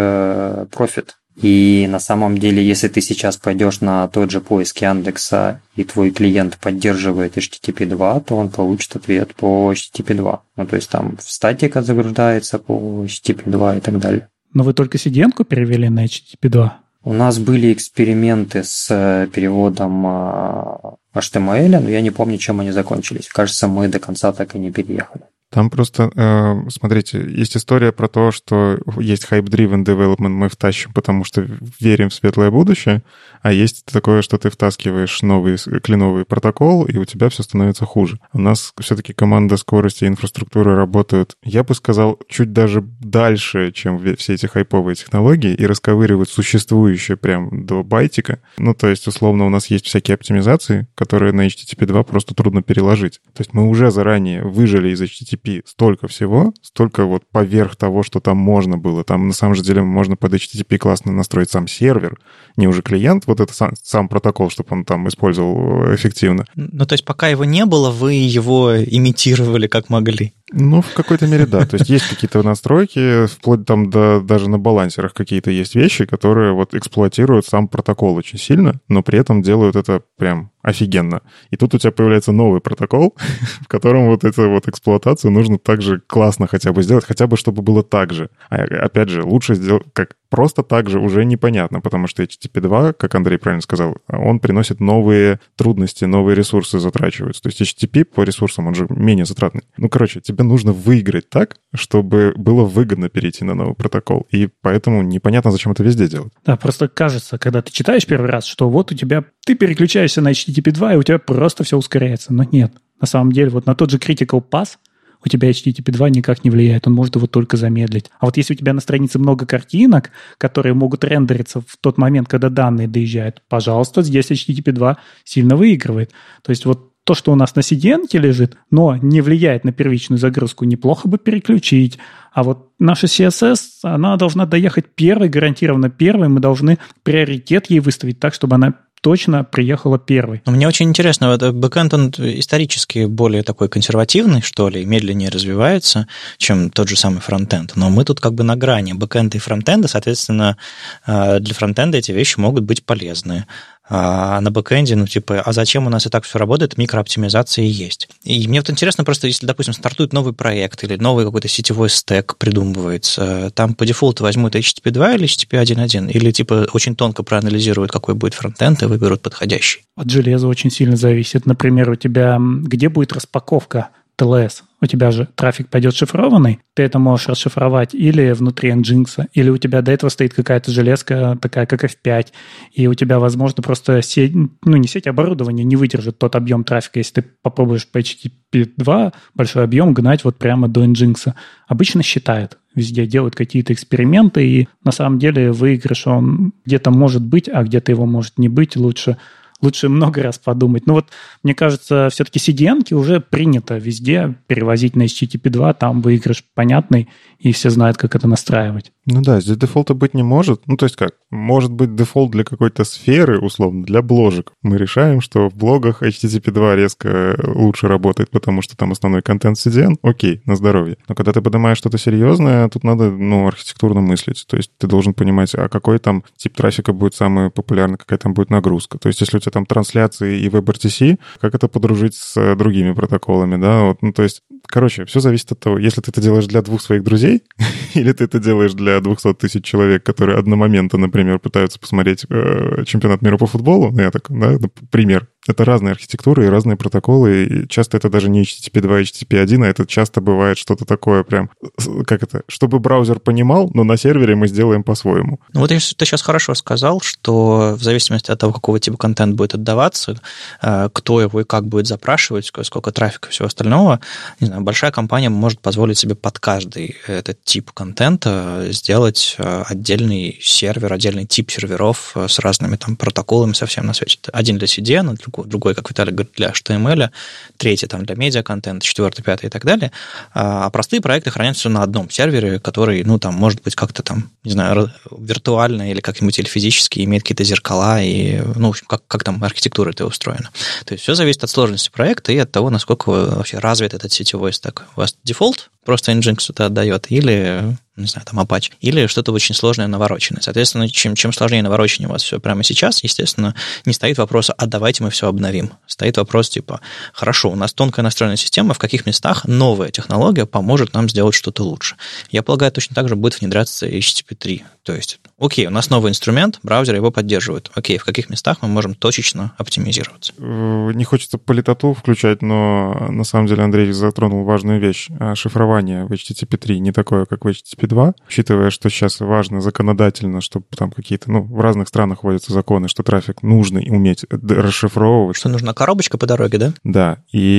э, профит. И на самом деле, если ты сейчас пойдешь на тот же поиск Яндекса, и твой клиент поддерживает эйч ти ти пи два, то он получит ответ по эйч ти ти пи два. Ну, то есть там статика загружается по эйч ти ти пи два и так далее. Но вы только си ди эн-ку перевели на эйч ти ти пи два? У нас были эксперименты с переводом эйч ти эм эл, но я не помню, чем они закончились. Кажется, мы до конца так и не переехали. Там просто, э, смотрите, есть история про то, что есть hype-driven development, мы втащим, потому что верим в светлое будущее, а есть такое, что ты втаскиваешь новый кленовый протокол, и у тебя все становится хуже. У нас все-таки команда скорости и инфраструктуры работают, я бы сказал, чуть даже дальше, чем все эти хайповые технологии, и расковыривают существующее прям до байтика. Ну, то есть, условно, у нас есть всякие оптимизации, которые на эйч ти ти пи два просто трудно переложить. То есть мы уже заранее выжили из эйч ти ти пи столько всего, столько вот поверх того, что там можно было. Там на самом же деле можно под эйч ти ти пи классно настроить сам сервер, не уже клиент, вот это сам, сам протокол, чтобы он там использовал эффективно. Ну, то есть пока его не было, вы его имитировали как могли? Ну, в какой-то мере, да. То есть есть какие-то настройки, вплоть там до, даже на балансерах какие-то есть вещи, которые вот эксплуатируют сам протокол очень сильно, но при этом делают это прям офигенно. И тут у тебя появляется новый протокол, в котором вот эту вот эксплуатацию нужно также классно хотя бы сделать, хотя бы чтобы было так же. А опять же, лучше сделать как просто так же уже непонятно, потому что эйч ти ти пи два, как Андрей правильно сказал, он приносит новые трудности, новые ресурсы затрачиваются. То есть эйч ти ти пи по ресурсам, он же менее затратный. Ну, короче, тебе нужно выиграть так, чтобы было выгодно перейти на новый протокол. И поэтому непонятно, зачем это везде делать. Да, просто кажется, когда ты читаешь первый раз, что вот у тебя, ты переключаешься на эйч ти ти пи два, и у тебя просто все ускоряется. Но нет. На самом деле, вот на тот же Critical Path у тебя эйч ти ти пи два никак не влияет, он может его только замедлить. А вот если у тебя на странице много картинок, которые могут рендериться в тот момент, когда данные доезжают, пожалуйста, здесь эйч ти ти пи два сильно выигрывает. То есть вот то, что у нас на си ди эн лежит, но не влияет на первичную загрузку, неплохо бы переключить. А вот наша си эс эс, она должна доехать первой, гарантированно первой. Мы должны приоритет ей выставить так, чтобы она точно приехала первой. Но мне очень интересно, вот бэкэнд, он исторически более такой консервативный, что ли, медленнее развивается, чем тот же самый фронтенд. Но мы тут как бы на грани бэкэнда и фронтенда, соответственно, для фронтенда эти вещи могут быть полезны. А на бэкэнде, ну, типа, а зачем у нас и так все работает, микрооптимизация есть. И мне вот интересно просто, если, допустим, стартует новый проект или новый какой-то сетевой стэк придумывается, там по дефолту возьмут эйч ти ти пи два или эйч ти ти пи один точка один, или, типа, очень тонко проанализируют, какой будет фронтенд, и выберут подходящий. От железа очень сильно зависит. Например, у тебя где будет распаковка ти эл эс, у тебя же трафик пойдет шифрованный, ты это можешь расшифровать или внутри Nginx, или у тебя до этого стоит какая-то железка, такая как эф пять, и у тебя, возможно, просто сеть, ну не сеть, оборудование не выдержит тот объем трафика, если ты попробуешь по эйч ти ти пи два большой объем гнать вот прямо до Nginx. Обычно считает, везде делают какие-то эксперименты, и на самом деле выигрыш он где-то может быть, а где-то его может не быть, лучше... Лучше много раз подумать. Ну вот, мне кажется, все-таки си ди эн-ки уже принято везде перевозить на эйч ти ти пи два, там выигрыш понятный, и все знают, как это настраивать. Ну да, здесь дефолта быть не может. Ну то есть как? Может быть дефолт для какой-то сферы, условно, для бложек. Мы решаем, что в блогах эйч ти ти пи два резко лучше работает, потому что там основной контент си ди эн. Окей, на здоровье. Но когда ты поднимаешь что-то серьезное, тут надо, ну, архитектурно мыслить. То есть ты должен понимать, а какой там тип трафика будет самый популярный, какая там будет нагрузка. То есть если у тебя там трансляции и WebRTC, как это подружить с другими протоколами, да? Вот, ну то есть, короче, все зависит от того, если ты это делаешь для двух своих друзей, или ты это делаешь для двести тысяч человек, которые одномоментно, например, пытаются посмотреть э, чемпионат мира по футболу, ну, я так, да, пример. Это разные архитектуры и разные протоколы, и часто это даже не эйч ти ти пи два, эйч ти ти пи один, а это часто бывает что-то такое прям, как это, чтобы браузер понимал, но на сервере мы сделаем по-своему. Ну вот ты сейчас хорошо сказал, что в зависимости от того, какого типа контент будет отдаваться, кто его и как будет запрашивать, сколько трафика и всего остального, не знаю, большая компания может позволить себе под каждый этот тип контента сделать отдельный сервер, отдельный тип серверов с разными там протоколами совсем на свете. Один для си ди эн, другой, как Виталий говорит, для эйч ти эм эл, третий там для медиаконтента, четвертый, пятый и так далее. А простые проекты хранятся на одном сервере, который, ну, там, может быть, как-то там, не знаю, виртуально или как-нибудь или физически имеет какие-то зеркала и, ну, в общем, как, как там архитектура это устроена. То есть все зависит от сложности проекта и от того, насколько вообще развит этот сетевой стек. У вас дефолт, просто Nginx это отдает, или, не знаю, там Apache, или что-то очень сложное навороченное. Соответственно, чем, чем сложнее навороченное у вас все прямо сейчас, естественно, не стоит вопрос, а давайте мы все обновим. Стоит вопрос типа, хорошо, у нас тонкая настроенная система, в каких местах новая технология поможет нам сделать что-то лучше. Я полагаю, точно так же будет внедряться эйч ти ти пи три. То есть, окей, у нас новый инструмент, браузер его поддерживает. Окей, в каких местах мы можем точечно оптимизироваться? Не хочется политоту включать, но на самом деле Андрей затронул важную вещь. Шифрование в эйч ти ти пи три не такое, как в эйч ти ти пи два, учитывая, что сейчас важно законодательно, чтобы там какие-то, ну, в разных странах вводятся законы, что трафик нужно уметь расшифровывать. Что нужна коробочка по дороге, да? Да,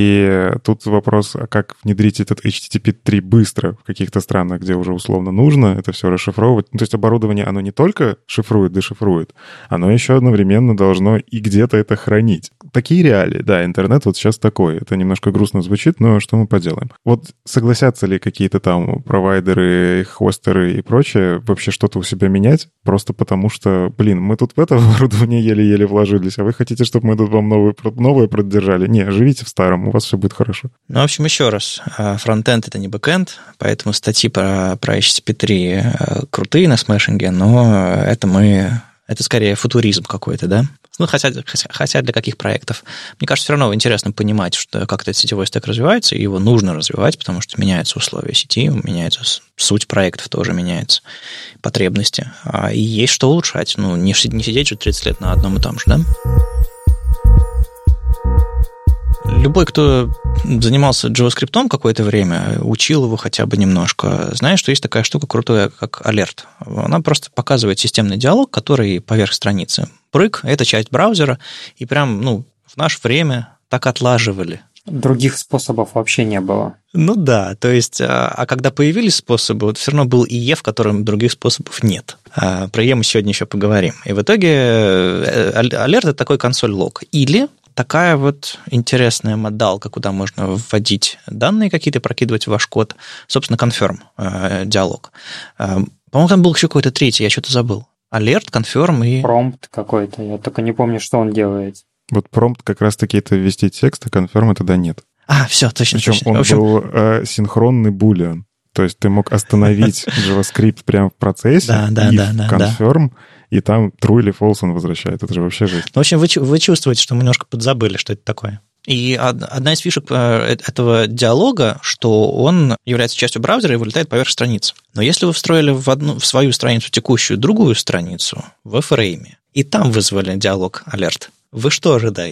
и тут вопрос, а как внедрить этот эйч ти ти пи три быстро в каких-то странах, где уже условно нужно это все расшифровывать. Ну, то есть оборудование, оно не только шифрует, дешифрует, оно еще одновременно должно и где-то это хранить. Такие реалии, да, интернет вот сейчас такой. Это немножко грустно звучит, но что мы поделаем? Вот согласятся ли какие-то там провайдеры, хостеры и прочее вообще что-то у себя менять? Просто потому что, блин, мы тут в это оборудование еле-еле вложились, а вы хотите, чтобы мы тут вам новое, новое продержали? Не, живите в старом, у вас все будет хорошо. Ну, в общем, еще раз, фронтенд — это не бэкенд, поэтому статьи про, про эйч ти ти пи три крутые на смешинге, но это мы... Это скорее футуризм какой-то, да? Ну, хотя, хотя для каких проектов? Мне кажется, все равно интересно понимать, что, как этот сетевой стек развивается, и его нужно развивать, потому что меняются условия сети, меняется суть проектов, тоже меняется, потребности. И есть что улучшать. Ну, не, не сидеть же тридцать лет на одном и том же, да? Любой, кто занимался JavaScript какое-то время, учил его хотя бы немножко, знает, что есть такая штука крутая, как алерт. Она просто показывает системный диалог, который поверх страницы. Прыг — это часть браузера, и прям, ну, в наше время так отлаживали. Других способов вообще не было. Ну да, то есть, а, а когда появились способы, вот все равно был и и, в котором других способов нет. А, про и мы сегодня еще поговорим. И в итоге алерт — это такой консоль-лог. Или такая вот интересная модалка, куда можно вводить данные какие-то, прокидывать в ваш код. Собственно, confirm э, диалог. Э, по-моему, там был еще какой-то третий, я что-то забыл. Alert, confirm и... Промпт какой-то, я только не помню, что он делает. Вот промпт как раз-таки это ввести текст, а confirm это да нет. А, все, точно, Причем точно. он в общем... был э, синхронный булиан. То есть ты мог остановить JavaScript прямо в процессе, да, да, и да, в да, confirm, да. И там true или false он возвращает. Это же вообще жесть. В общем, вы, вы чувствуете, что мы немножко подзабыли, что это такое. И одна из фишек этого диалога, что он является частью браузера и вылетает поверх страницы. Но если вы встроили в, одну, в свою страницу текущую другую страницу в фрейме, и там вызвали диалог алерт, вы что ожидаете?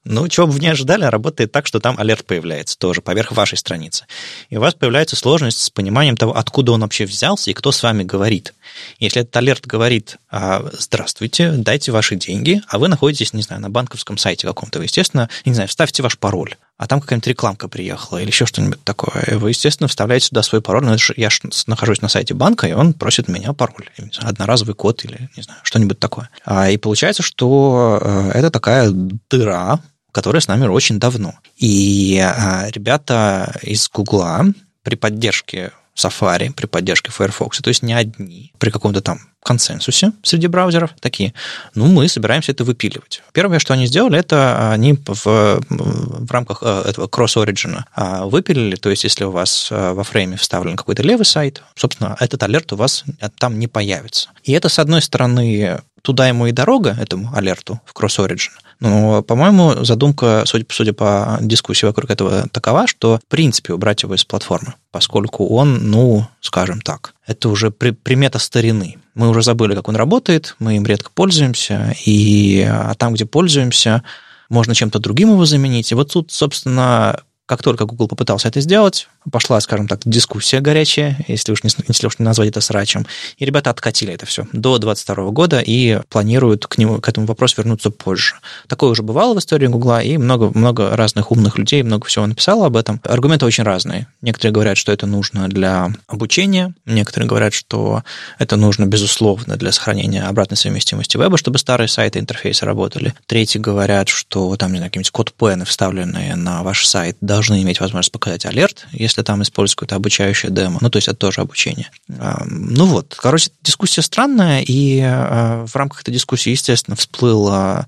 Ну, чего бы вы не ожидали, работает так, что там алерт появляется тоже поверх вашей страницы. И у вас появляется сложность с пониманием того, откуда он вообще взялся и кто с вами говорит. Если этот алерт говорит: «Здравствуйте, дайте ваши деньги», а вы находитесь, не знаю, на банковском сайте каком-то, вы, естественно, не знаю, вставьте ваш пароль, а там какая-нибудь рекламка приехала или еще что-нибудь такое. И вы, естественно, вставляете сюда свой пароль. Но я нахожусь на сайте банка, и он просит меня пароль. Не знаю, одноразовый код или, не знаю, что-нибудь такое. И получается, что это такая дыра, которая с нами очень давно. И ребята из Гугла при поддержке Safari, при поддержке Firefox, то есть не одни, при каком-то там консенсусе среди браузеров, такие, ну, мы собираемся это выпиливать. Первое, что они сделали, это они в, в рамках этого кросс-ориджина выпилили, то есть если у вас во фрейме вставлен какой-то левый сайт, собственно, этот алерт у вас там не появится. И это, с одной стороны, туда ему и дорога, этому алерту в кросс-оригин. Но, по-моему, задумка, судя, судя по дискуссии вокруг этого, такова, что, в принципе, убрать его из платформы, поскольку он, ну, скажем так, это уже при, примета старины. Мы уже забыли, как он работает, мы им редко пользуемся, и а там, где пользуемся, можно чем-то другим его заменить. И вот тут, собственно, как только Google попытался это сделать, пошла, скажем так, дискуссия горячая, если уж не, если уж не назвать это срачем, и ребята откатили это все до двадцать второго года и планируют к, нему, к этому вопросу вернуться позже. Такое уже бывало в истории Гугла, и много, много разных умных людей много всего написало об этом. Аргументы очень разные. Некоторые говорят, что это нужно для обучения, некоторые говорят, что это нужно, безусловно, для сохранения обратной совместимости веба, чтобы старые сайты, интерфейсы работали. Третьи говорят, что там, не знаю, какие-нибудь код-пены, вставленные на ваш сайт, должны иметь возможность показать алерт, если там используют какое-то обучающее демо. Ну, то есть это тоже обучение. Ну вот, короче, дискуссия странная, и в рамках этой дискуссии, естественно, всплыло,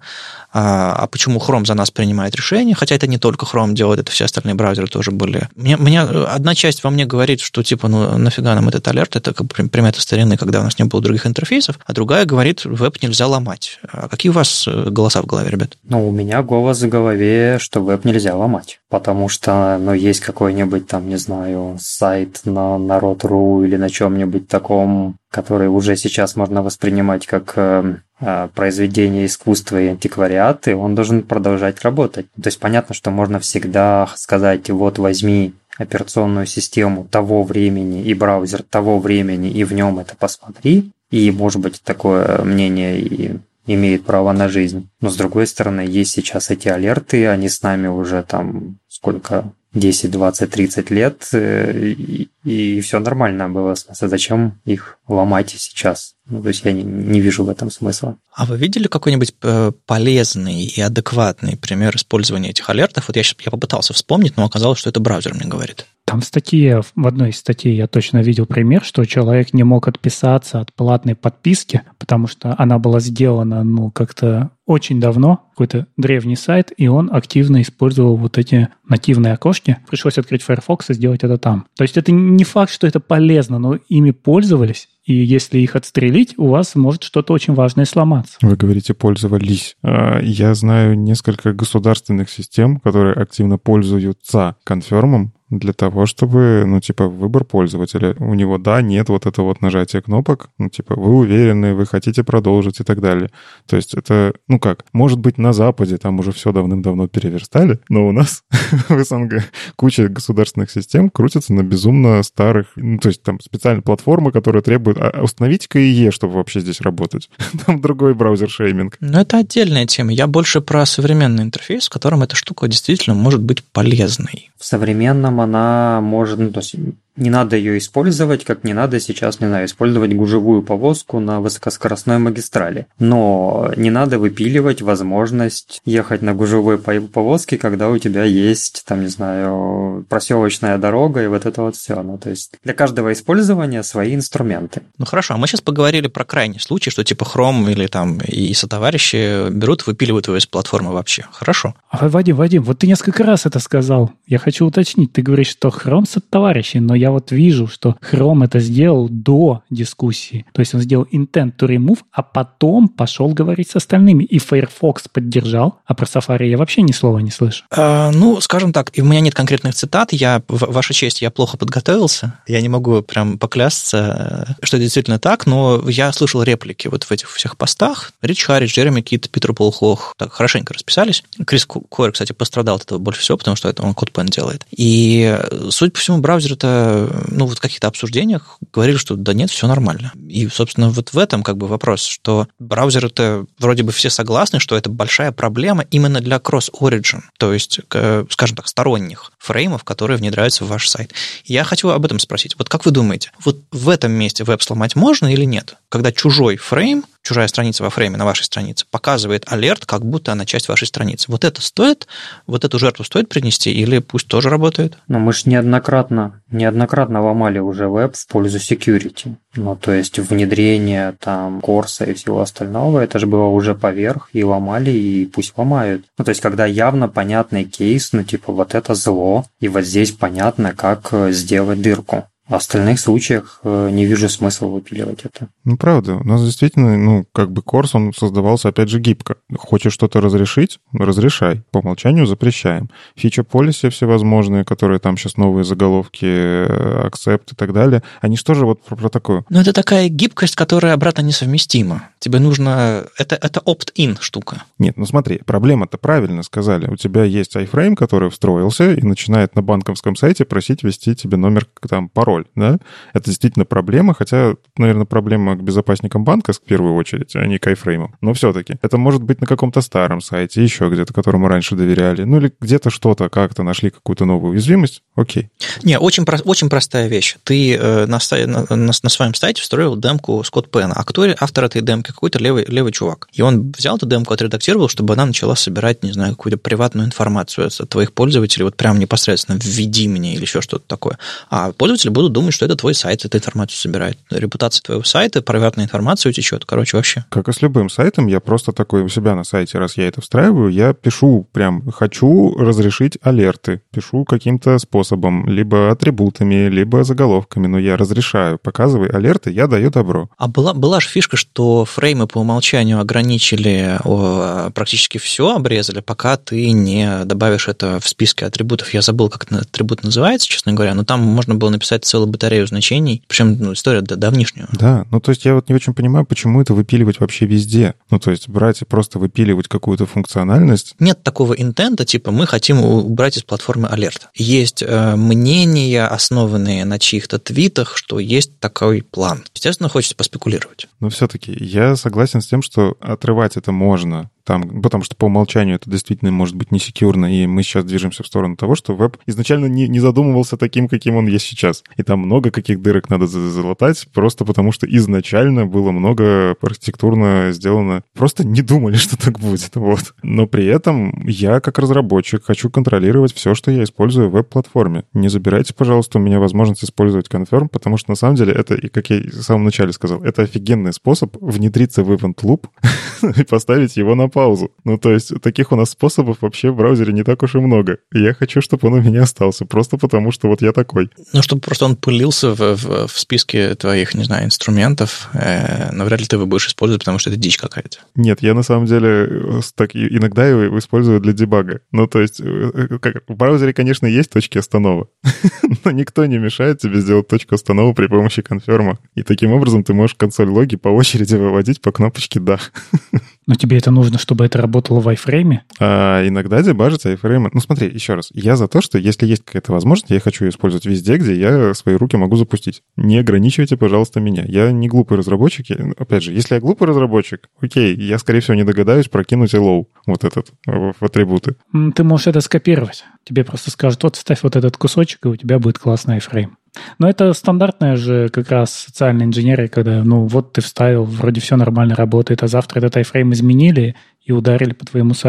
а почему Chrome за нас принимает решение, хотя это не только Chrome делает, это все остальные браузеры тоже были. Мне, мне, одна часть во мне говорит, что типа, ну нафига нам этот алерт, это как бы примета старины, когда у нас не было других интерфейсов, а другая говорит, веб нельзя ломать. А какие у вас голоса в голове, ребят? Ну, у меня голос в голове, что веб нельзя ломать, потому что, ну, есть какой-нибудь там, не знаю, сайт на народ точка ру или на чем-нибудь таком, который уже сейчас можно воспринимать как э, произведение искусства и антиквариат, и он должен продолжать работать. То есть понятно, что можно всегда сказать, вот возьми операционную систему того времени и браузер того времени, и в нем это посмотри, и, может быть, такое мнение и имеет право на жизнь. Но, с другой стороны, есть сейчас эти алерты, они с нами уже там сколько... десять, двадцать, тридцать лет, и, и все нормально было. Зачем их ломать сейчас? Ну, то есть я не, не вижу в этом смысла. А вы видели какой-нибудь полезный и адекватный пример использования этих алертов? Вот я, я попытался вспомнить, но оказалось, что это браузер мне говорит. Там в статье, в одной из статей я точно видел пример, что человек не мог отписаться от платной подписки, потому что она была сделана, ну, как-то очень давно, какой-то древний сайт, и он активно использовал вот эти нативные окошки. Пришлось открыть Firefox и сделать это там. То есть это не факт, что это полезно, но ими пользовались, и если их отстрелить, у вас может что-то очень важное сломаться. Вы говорите, пользовались. Я знаю несколько государственных систем, которые активно пользуются конфермом для того, чтобы, ну, типа, выбор пользователя. У него, да, нет вот это вот нажатие кнопок, ну, типа, вы уверены, вы хотите продолжить и так далее. То есть это, ну как, может быть, на Западе там уже все давным-давно переверстали, но у нас в СНГ куча государственных систем крутится на безумно старых, ну, то есть там специальная платформа, которая требует, а установите-ка ИЕ, чтобы вообще здесь работать. Там другой браузер-шейминг. Ну, это отдельная тема. Я больше про современный интерфейс, в котором эта штука действительно может быть полезной. В современном она может, ну, то есть не надо ее использовать, как не надо сейчас, не знаю, использовать гужевую повозку на высокоскоростной магистрали. Но не надо выпиливать возможность ехать на гужевой повозке, когда у тебя есть, там, не знаю, проселочная дорога и вот это вот все. Ну, то есть для каждого использования свои инструменты. Ну хорошо, а мы сейчас поговорили про крайний случай, что типа Chrome или там и сотоварищи берут, выпиливают его из платформы вообще. Хорошо. А, Вадим, Вадим, вот ты несколько раз это сказал. Я хочу уточнить. Ты говоришь, что Chrome сотоварищи, но я я вот вижу, что Chrome это сделал до дискуссии. То есть он сделал intent to remove, а потом пошел говорить с остальными. И Firefox поддержал, а про Safari я вообще ни слова не слышу. А, ну, скажем так, и у меня нет конкретных цитат. Я, в, ваша честь, я плохо подготовился. Я не могу прям поклясться, что это действительно так, но я слышал реплики вот в этих всех постах. Рич Харрис, Джереми Кит, Питер Пол Хох так хорошенько расписались. Крис Койер, кстати, пострадал от этого больше всего, потому что это он CodePen делает. И, судя по всему, браузер-то, ну, вот в каких-то обсуждениях говорили, что да нет, все нормально. И, собственно, вот в этом как бы вопрос, что браузеры-то вроде бы все согласны, что это большая проблема именно для cross-origin, то есть, скажем так, сторонних фреймов, которые внедряются в ваш сайт. Я хочу об этом спросить. Вот как вы думаете, вот в этом месте веб сломать можно или нет? Когда чужой фрейм, чужая страница во фрейме на вашей странице показывает алерт, как будто она часть вашей страницы. Вот это стоит, вот эту жертву стоит принести или пусть тоже работает? Ну, мы же неоднократно, неоднократно ломали уже веб в пользу security. Ну, то есть внедрение там курса и всего остального, это же было уже поверх, и ломали, и пусть ломают. Ну, то есть когда явно понятный кейс, ну, типа вот это зло, и вот здесь понятно, как сделать дырку. В остальных случаях не вижу смысла выпиливать это. Ну, правда. У нас действительно, ну, как бы курс, он создавался, опять же, гибко. Хочешь что-то разрешить? Разрешай. По умолчанию запрещаем. Фича-полиси всевозможные, которые там сейчас новые заголовки, accept и так далее, они что же вот про, про такое? Ну, это такая гибкость, которая обратно несовместима. Тебе нужно... Это, это opt-in штука. Нет, ну смотри, проблема-то правильно сказали. У тебя есть iFrame, который встроился и начинает на банковском сайте просить ввести тебе номер, там, пароль. Да? Это действительно проблема, хотя, наверное, проблема к безопасникам банка в первую очередь, а не к iFrame. Но все-таки это может быть на каком-то старом сайте, еще где-то, которому раньше доверяли. Ну или где-то что-то, как-то нашли какую-то новую уязвимость. Окей. Не, очень, про- очень простая вещь. Ты э, на, на, на, на своем сайте встроил демку с CodePen, а кто автор этой демки? Какой-то левый, левый чувак. И он взял эту демку, отредактировал, чтобы она начала собирать, не знаю, какую-то приватную информацию от твоих пользователей, вот прям непосредственно введи мне или еще что-то такое. А пользователи будут думать, что это твой сайт, эту информацию собирает. Репутация твоего сайта, приватная информация утечет. Короче, вообще. Как и с любым сайтом, я просто такой у себя на сайте, раз я это встраиваю, я пишу прям, хочу разрешить алерты. Пишу каким-то способом, либо атрибутами, либо заголовками, но я разрешаю. Показывай алерты, я даю добро. А была, была же фишка, что фреймы по умолчанию ограничили, о, практически все обрезали, пока ты не добавишь это в списке атрибутов. Я забыл, как этот атрибут называется, честно говоря, но там можно было написать целую батарею значений, причем ну, история давнишняя. Да, ну то есть я вот не очень понимаю, почему это выпиливать вообще везде. Ну то есть брать и просто выпиливать какую-то функциональность. Нет такого интента, типа мы хотим убрать из платформы алерт. Есть э, мнения, основанные на чьих-то твитах, что есть такой план. Естественно, хочется поспекулировать. Но все-таки я согласен с тем, что отрывать это можно. Там, потому что по умолчанию это действительно может быть несекьюрно, и мы сейчас движемся в сторону того, что веб изначально не, не задумывался таким, каким он есть сейчас. И там много каких дырок надо залатать, просто потому что изначально было много архитектурно сделано. Просто не думали, что так будет. Вот. Но при этом я, как разработчик, хочу контролировать все, что я использую в веб-платформе. Не забирайте, пожалуйста, у меня возможность использовать Confirm, потому что на самом деле это, и как я в самом начале сказал, это офигенный способ внедриться в Event Loop и поставить его на паузу. Ну, то есть, таких у нас способов вообще в браузере не так уж и много. И я хочу, чтобы он у меня остался, просто потому что вот я такой. Ну, чтобы просто он пылился в, в, в списке твоих, не знаю, инструментов, э, но вряд ли ты его будешь использовать, потому что это дичь какая-то. Нет, я на самом деле так, иногда его использую для дебага. Ну, то есть, как, в браузере, конечно, есть точки останова, но никто не мешает тебе сделать точку останова при помощи конферма. И таким образом ты можешь консоль логи по очереди выводить по кнопочке «да». Но тебе это нужно, чтобы это работало в iFrame? А иногда дебажить iFrame. Ну смотри, еще раз. Я за то, что если есть какая-то возможность, я хочу ее использовать везде, где я свои руки могу запустить. Не ограничивайте, пожалуйста, меня. Я не глупый разработчик. Опять же, если я глупый разработчик, окей, я, скорее всего, не догадаюсь прокинуть hello вот этот в атрибуты. Ты можешь это скопировать. Тебе просто скажут, вот ставь вот этот кусочек, и у тебя будет классный iFrame. Но это стандартная же как раз социальная инженерия, когда, ну, вот ты вставил, вроде все нормально работает, а завтра этот iFrame изменили и ударили по твоему сайту.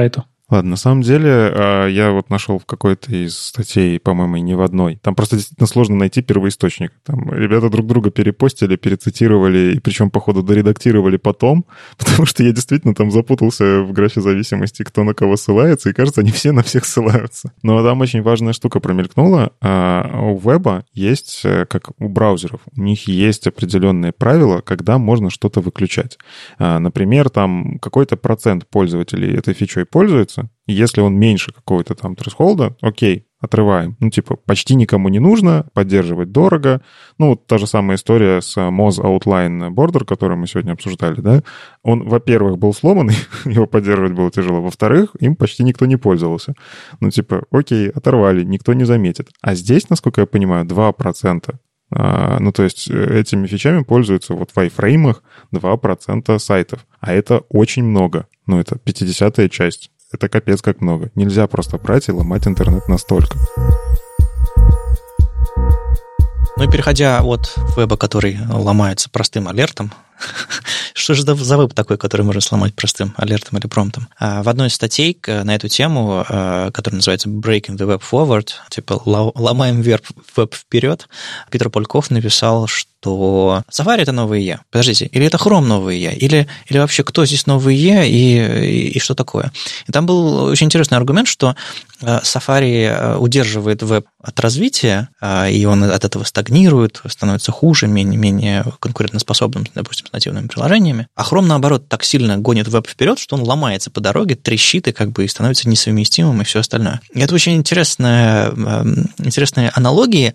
Ладно, на самом деле, я вот нашел в какой-то из статей, по-моему, не в одной. Там просто действительно сложно найти первоисточник. Там ребята друг друга перепостили, перецитировали, и причем, походу, доредактировали потом, потому что я действительно там запутался в графе зависимости, кто на кого ссылается, и, кажется, они все на всех ссылаются. Но там очень важная штука промелькнула. У веба есть, как у браузеров, у них есть определенные правила, когда можно что-то выключать. Например, там какой-то процент пользователей этой фичой пользуется, и если он меньше какого-то там threshold, окей, отрываем. Ну, типа, почти никому не нужно, поддерживать дорого. Ну, вот та же самая история с Moz Outline Border, которую мы сегодня обсуждали, да. Он, во-первых, был сломанный, его поддерживать было тяжело. Во-вторых, им почти никто не пользовался. Ну, типа, окей, оторвали, никто не заметит. А здесь, насколько я понимаю, два процента. А, ну, то есть этими фичами пользуются вот в iFrame два процента сайтов. А это очень много. Ну, это пятидесятая часть. Это капец как много. Нельзя просто брать и ломать интернет настолько. Ну и переходя от веба, который ломается простым алертом, что же за веб такой, который можно сломать простым алертом или промптом? В одной из статей на эту тему, которая называется Breaking the Web Forward, типа ломаем веб вперед, Питер Польков написал, что Safari — это новый Е. Подождите, или это Chrome новый Е, или, или вообще кто здесь новый Е и, и, и что такое? И там был очень интересный аргумент, что Safari удерживает веб от развития, и он от этого стагнирует, становится хуже, менее, менее конкурентоспособным, допустим, с нативными приложениями. А Chrome, наоборот, так сильно гонит веб вперед, что он ломается по дороге, трещит и как бы и становится несовместимым и все остальное. И это очень интересная, интересные аналогии.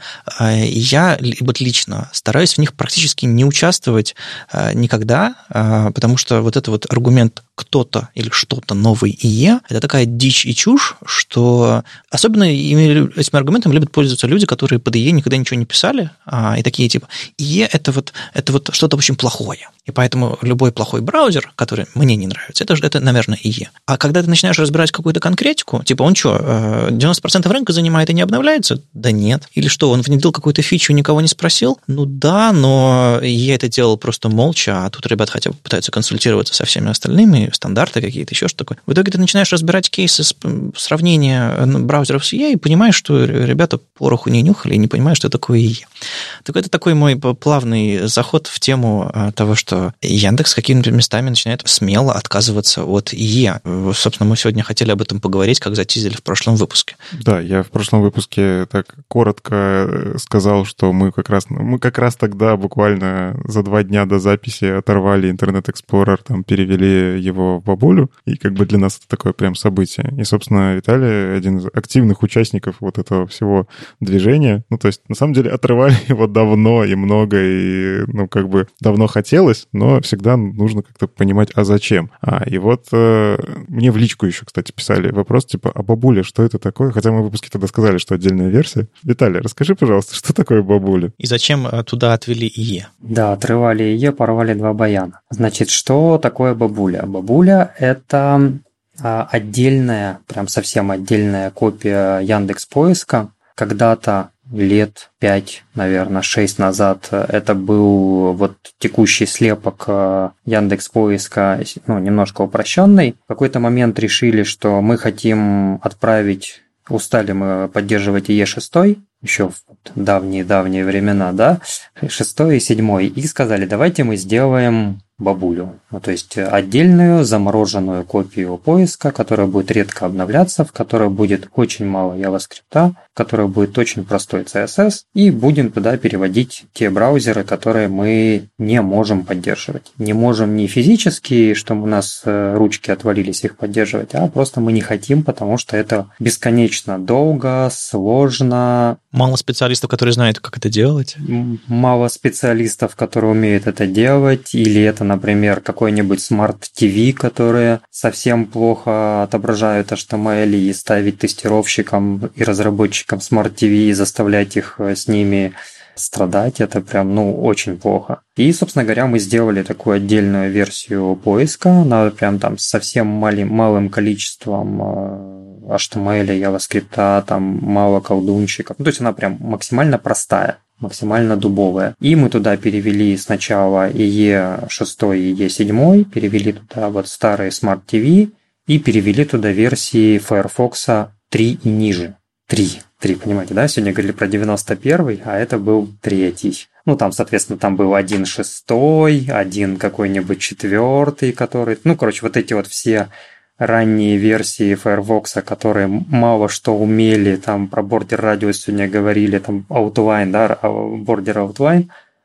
Я вот лично стараюсь в них практически не участвовать никогда, потому что вот это вот аргумент кто-то или что-то новый ИЕ, это такая дичь и чушь, что особенно этим аргументом любят пользоваться люди, которые под ИЕ никогда ничего не писали, и такие типа ИЕ — это вот, это вот что-то очень плохое. И поэтому любой плохой браузер, который мне не нравится, это, это, наверное, ИЕ. А когда ты начинаешь разбирать какую-то конкретику, типа он что, девяносто процентов рынка занимает и не обновляется? Да нет. Или что, он внедрил какую-то фичу, никого не спросил? Ну да, но ИЕ это делал просто молча, а тут ребят хотя бы пытаются консультироваться со всеми остальными, стандарты какие-то, еще что такое. В итоге ты начинаешь разбирать кейсы сравнения браузеров с ИЕ и понимаешь, что ребята пороху не нюхали и не понимают, что такое ИЕ. Так это такой мой плавный заход в тему того, что Яндекс какими-то местами начинает смело отказываться от ИЕ. Собственно, мы сегодня хотели об этом поговорить, как затизили в прошлом выпуске. Да, я в прошлом выпуске так коротко сказал, что мы как раз, мы как раз тогда буквально за два дня до записи оторвали Internet Explorer, там перевели его в бабулю, и как бы для нас это такое прям событие. И, собственно, Виталий один из активных участников вот этого всего движения. Ну, то есть, на самом деле, отрывали его давно и много, и, ну, как бы давно хотелось, но всегда нужно как-то понимать, а зачем. А, и вот э, мне в личку еще, кстати, писали вопрос, типа, а бабуля, что это такое? Хотя мы в выпуске тогда сказали, что отдельная версия. Виталий, расскажи, пожалуйста, что такое бабуля? И зачем туда отвели ИЕ? Да, отрывали ИЕ, порвали два баяна. Значит, что такое бабуля? Бабуля — это а, отдельная, прям совсем отдельная копия Яндекс.Поиска. Когда-то лет пять, наверное, шесть назад это был вот текущий слепок Яндекс.Поиска, ну, немножко упрощенный. В какой-то момент решили, что мы хотим отправить, устали мы поддерживать ИЕ шесть, еще в давние-давние времена, да, шестой и седьмой, и сказали, давайте мы сделаем бабулю. Ну, то есть отдельную замороженную копию поиска, которая будет редко обновляться, в которой будет очень мало JavaScript, в которой будет очень простой си эс эс, и будем туда переводить те браузеры, которые мы не можем поддерживать. Не можем не физически, что у нас ручки отвалились их поддерживать, а просто мы не хотим, потому что это бесконечно долго, сложно. Мало специалистов, которые знают, как это делать. Мало специалистов, которые умеют это делать, или это, например, какой-нибудь Smart ти ви, которые совсем плохо отображают эйч ти эм эль, и ставить тестировщикам и разработчикам Smart ти ви и заставлять их с ними страдать, это прям, ну, очень плохо. И, собственно говоря, мы сделали такую отдельную версию поиска, она прям там с совсем малым, малым количеством эйч ти эм эль, JavaScript, там мало колдунчиков. Ну, то есть она прям максимально простая, максимально дубовая. И мы туда перевели сначала ИЕ шесть и ИЕ семь, перевели туда вот старые Smart ти ви, и перевели туда версии Firefox три и ниже. три. три, понимаете, да? Сегодня говорили про девяносто первый, а это был третий. Ну, там, соответственно, там был один шестой, один какой-нибудь четвертый, который... Ну, короче, вот эти вот все ранние версии Firefox, которые мало что умели, там про Border Radius сегодня говорили, там Outline, да, Border Outline,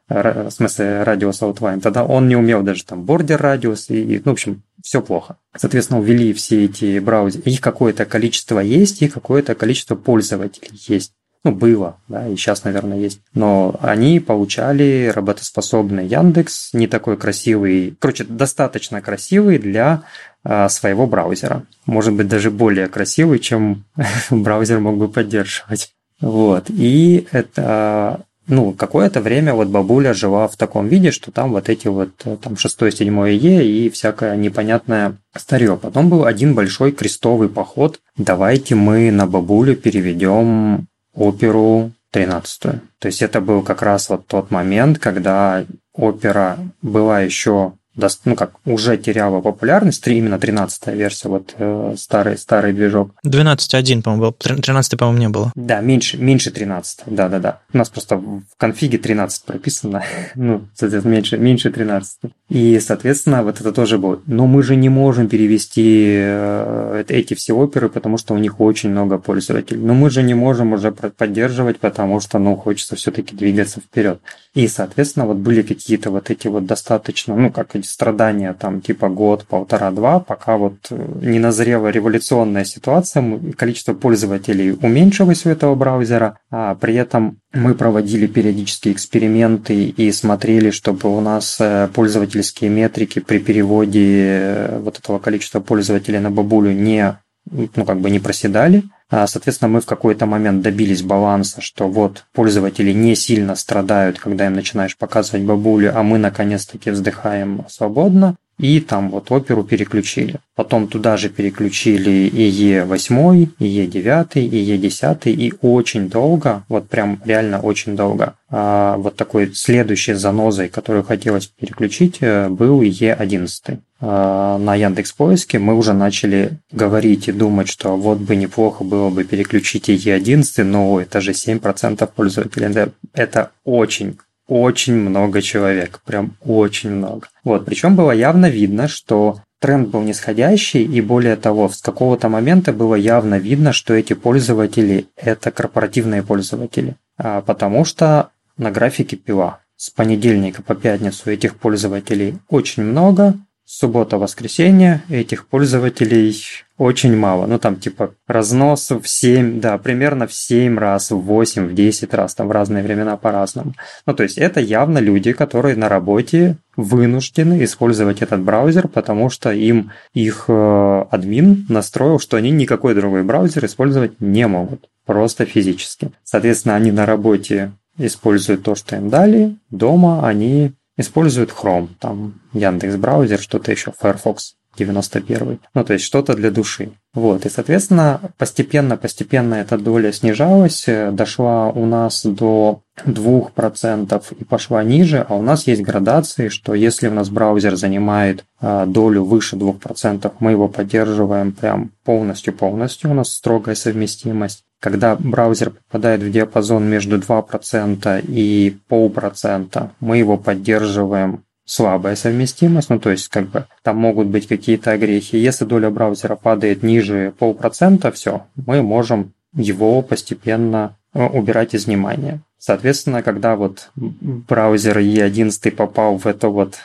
в смысле Radius Outline, тогда он не умел даже там Border Radius, и, и ну, в общем, все плохо. Соответственно, увели все эти браузеры, их какое-то количество есть, и какое-то количество пользователей есть. Ну, было, да, и сейчас, наверное, есть. Но они получали работоспособный Яндекс, не такой красивый, короче, достаточно красивый для а, своего браузера. Может быть, даже более красивый, чем браузер мог бы поддерживать. Вот. И это, ну, какое-то время вот бабуля жила в таком виде, что там вот эти вот, там, шестой, седьмой Е и всякое непонятное старье. Потом был один большой крестовый поход. Давайте мы на бабулю переведем Оперу тринадцатую. То есть это был как раз вот тот момент, когда Опера была еще, ну как, уже теряла популярность, именно тринадцатая версия, вот э, старый, старый движок. двенадцать точка один, по-моему, был, тринадцать, по-моему, не было. Да, меньше, меньше тринадцать, да-да-да. У нас просто в конфиге тринадцать прописано, ну, соответственно, меньше, меньше тринадцать. И, соответственно, вот это тоже было. Но мы же не можем перевести э, эти все оперы, потому что у них очень много пользователей. Но мы же не можем уже поддерживать, потому что, ну, хочется все-таки двигаться вперед. И, соответственно, вот были какие-то вот эти вот достаточно, ну, как эти страдания, там, типа год, полтора-два, пока вот не назрела революционная ситуация, количество пользователей уменьшилось у этого браузера, а при этом мы проводили периодические эксперименты и смотрели, чтобы у нас пользовательские метрики при переводе вот этого количества пользователей на бабулю не, ну, как бы не проседали. Соответственно, мы в какой-то момент добились баланса, что вот пользователи не сильно страдают, когда им начинаешь показывать бабулю, а мы наконец-таки вздыхаем свободно. И там вот оперу переключили. Потом туда же переключили и Е восемь, и Е девять, и Е десять, и очень долго, вот прям реально очень долго, а вот такой следующей занозой, которую хотелось переключить, был Е одиннадцать. На Яндекс.Поиске мы уже начали говорить и думать, что вот бы неплохо было бы переключить и Е одиннадцать, но это же семь процентов пользователей. Это очень очень много человек, прям очень много. Вот, причем было явно видно, что тренд был нисходящий, и более того, с какого-то момента было явно видно, что эти пользователи – это корпоративные пользователи, потому что на графике пила. С понедельника по пятницу этих пользователей очень много, суббота-воскресенье этих пользователей очень мало. Ну, там, типа, разнос в семь, да, примерно в семь раз, в восемь, в десять раз, там в разные времена по-разному. Ну, то есть, это явно люди, которые на работе вынуждены использовать этот браузер, потому что им их э, админ настроил, что они никакой другой браузер использовать не могут. Просто физически. Соответственно, они на работе используют то, что им дали, дома они используют Chrome, там Яндекс.Браузер, что-то еще, Firefox девяносто первый. Ну, то есть что-то для души. Вот, и, соответственно, постепенно-постепенно эта доля снижалась, дошла у нас до двух процентов и пошла ниже, а у нас есть градации, что если у нас браузер занимает долю выше двух процентов, мы его поддерживаем прям полностью-полностью, у нас строгая совместимость. Когда браузер попадает в диапазон между два процента и полпроцента, мы его поддерживаем слабая совместимость, ну то есть как бы там могут быть какие-то огрехи. Если доля браузера падает ниже полпроцента, все, мы можем его постепенно убирать из внимания. Соответственно, когда вот браузер Е одиннадцать попал в эту вот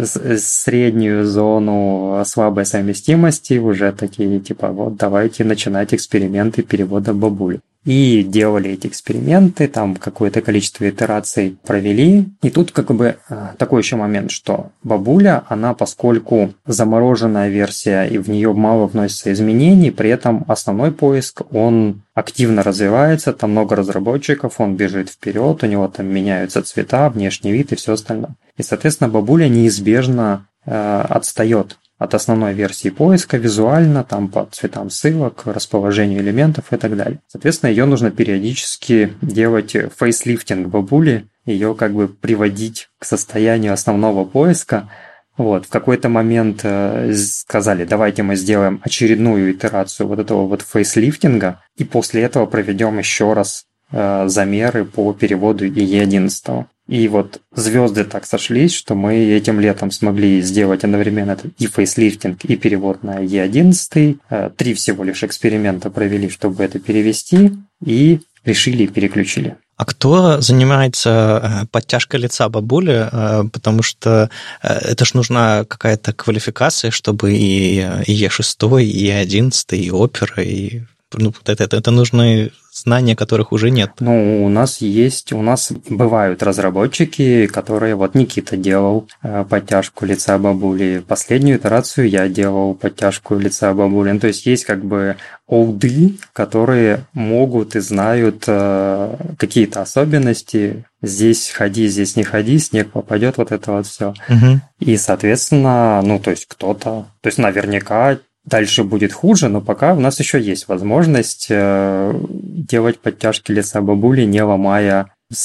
среднюю зону слабой совместимости, уже такие типа вот давайте начинать эксперименты перевода бабули. И делали эти эксперименты, там какое-то количество итераций провели. И тут как бы такой еще момент, что бабуля, она поскольку замороженная версия и в нее мало вносится изменений, при этом основной поиск, он активно развивается, там много разработчиков, он бежит вперед, у него там меняются цвета, внешний вид и все остальное. И, соответственно, бабуля неизбежно э, отстает от основной версии поиска визуально, там по цветам ссылок, расположению элементов и так далее. Соответственно, ее нужно периодически делать фейслифтинг бабули, ее как бы приводить к состоянию основного поиска, Вот, в какой-то момент сказали, давайте мы сделаем очередную итерацию вот этого вот фейслифтинга, и после этого проведем еще раз замеры по переводу и и одиннадцать. И вот звезды так сошлись, что мы этим летом смогли сделать одновременно и фейслифтинг, и перевод на и одиннадцать. Три всего лишь эксперимента провели, чтобы это перевести, и решили и переключили. А кто занимается подтяжкой лица бабули? Потому что это ж нужна какая-то квалификация, чтобы и и шесть, и и одиннадцать, и опера, и... Ну, это, это, это нужны знания, которых уже нет. Ну, у нас есть, у нас бывают разработчики, которые, вот Никита делал э, подтяжку лица бабули, последнюю итерацию я делал подтяжку лица бабули. Ну, то есть есть как бы олды, которые могут и знают э, какие-то особенности. Здесь ходи, здесь не ходи, снег попадет, вот это вот все. Угу. И, соответственно, ну, то есть кто-то, то есть наверняка дальше будет хуже, но пока у нас еще есть возможность э, делать подтяжки лица бабули, не ломая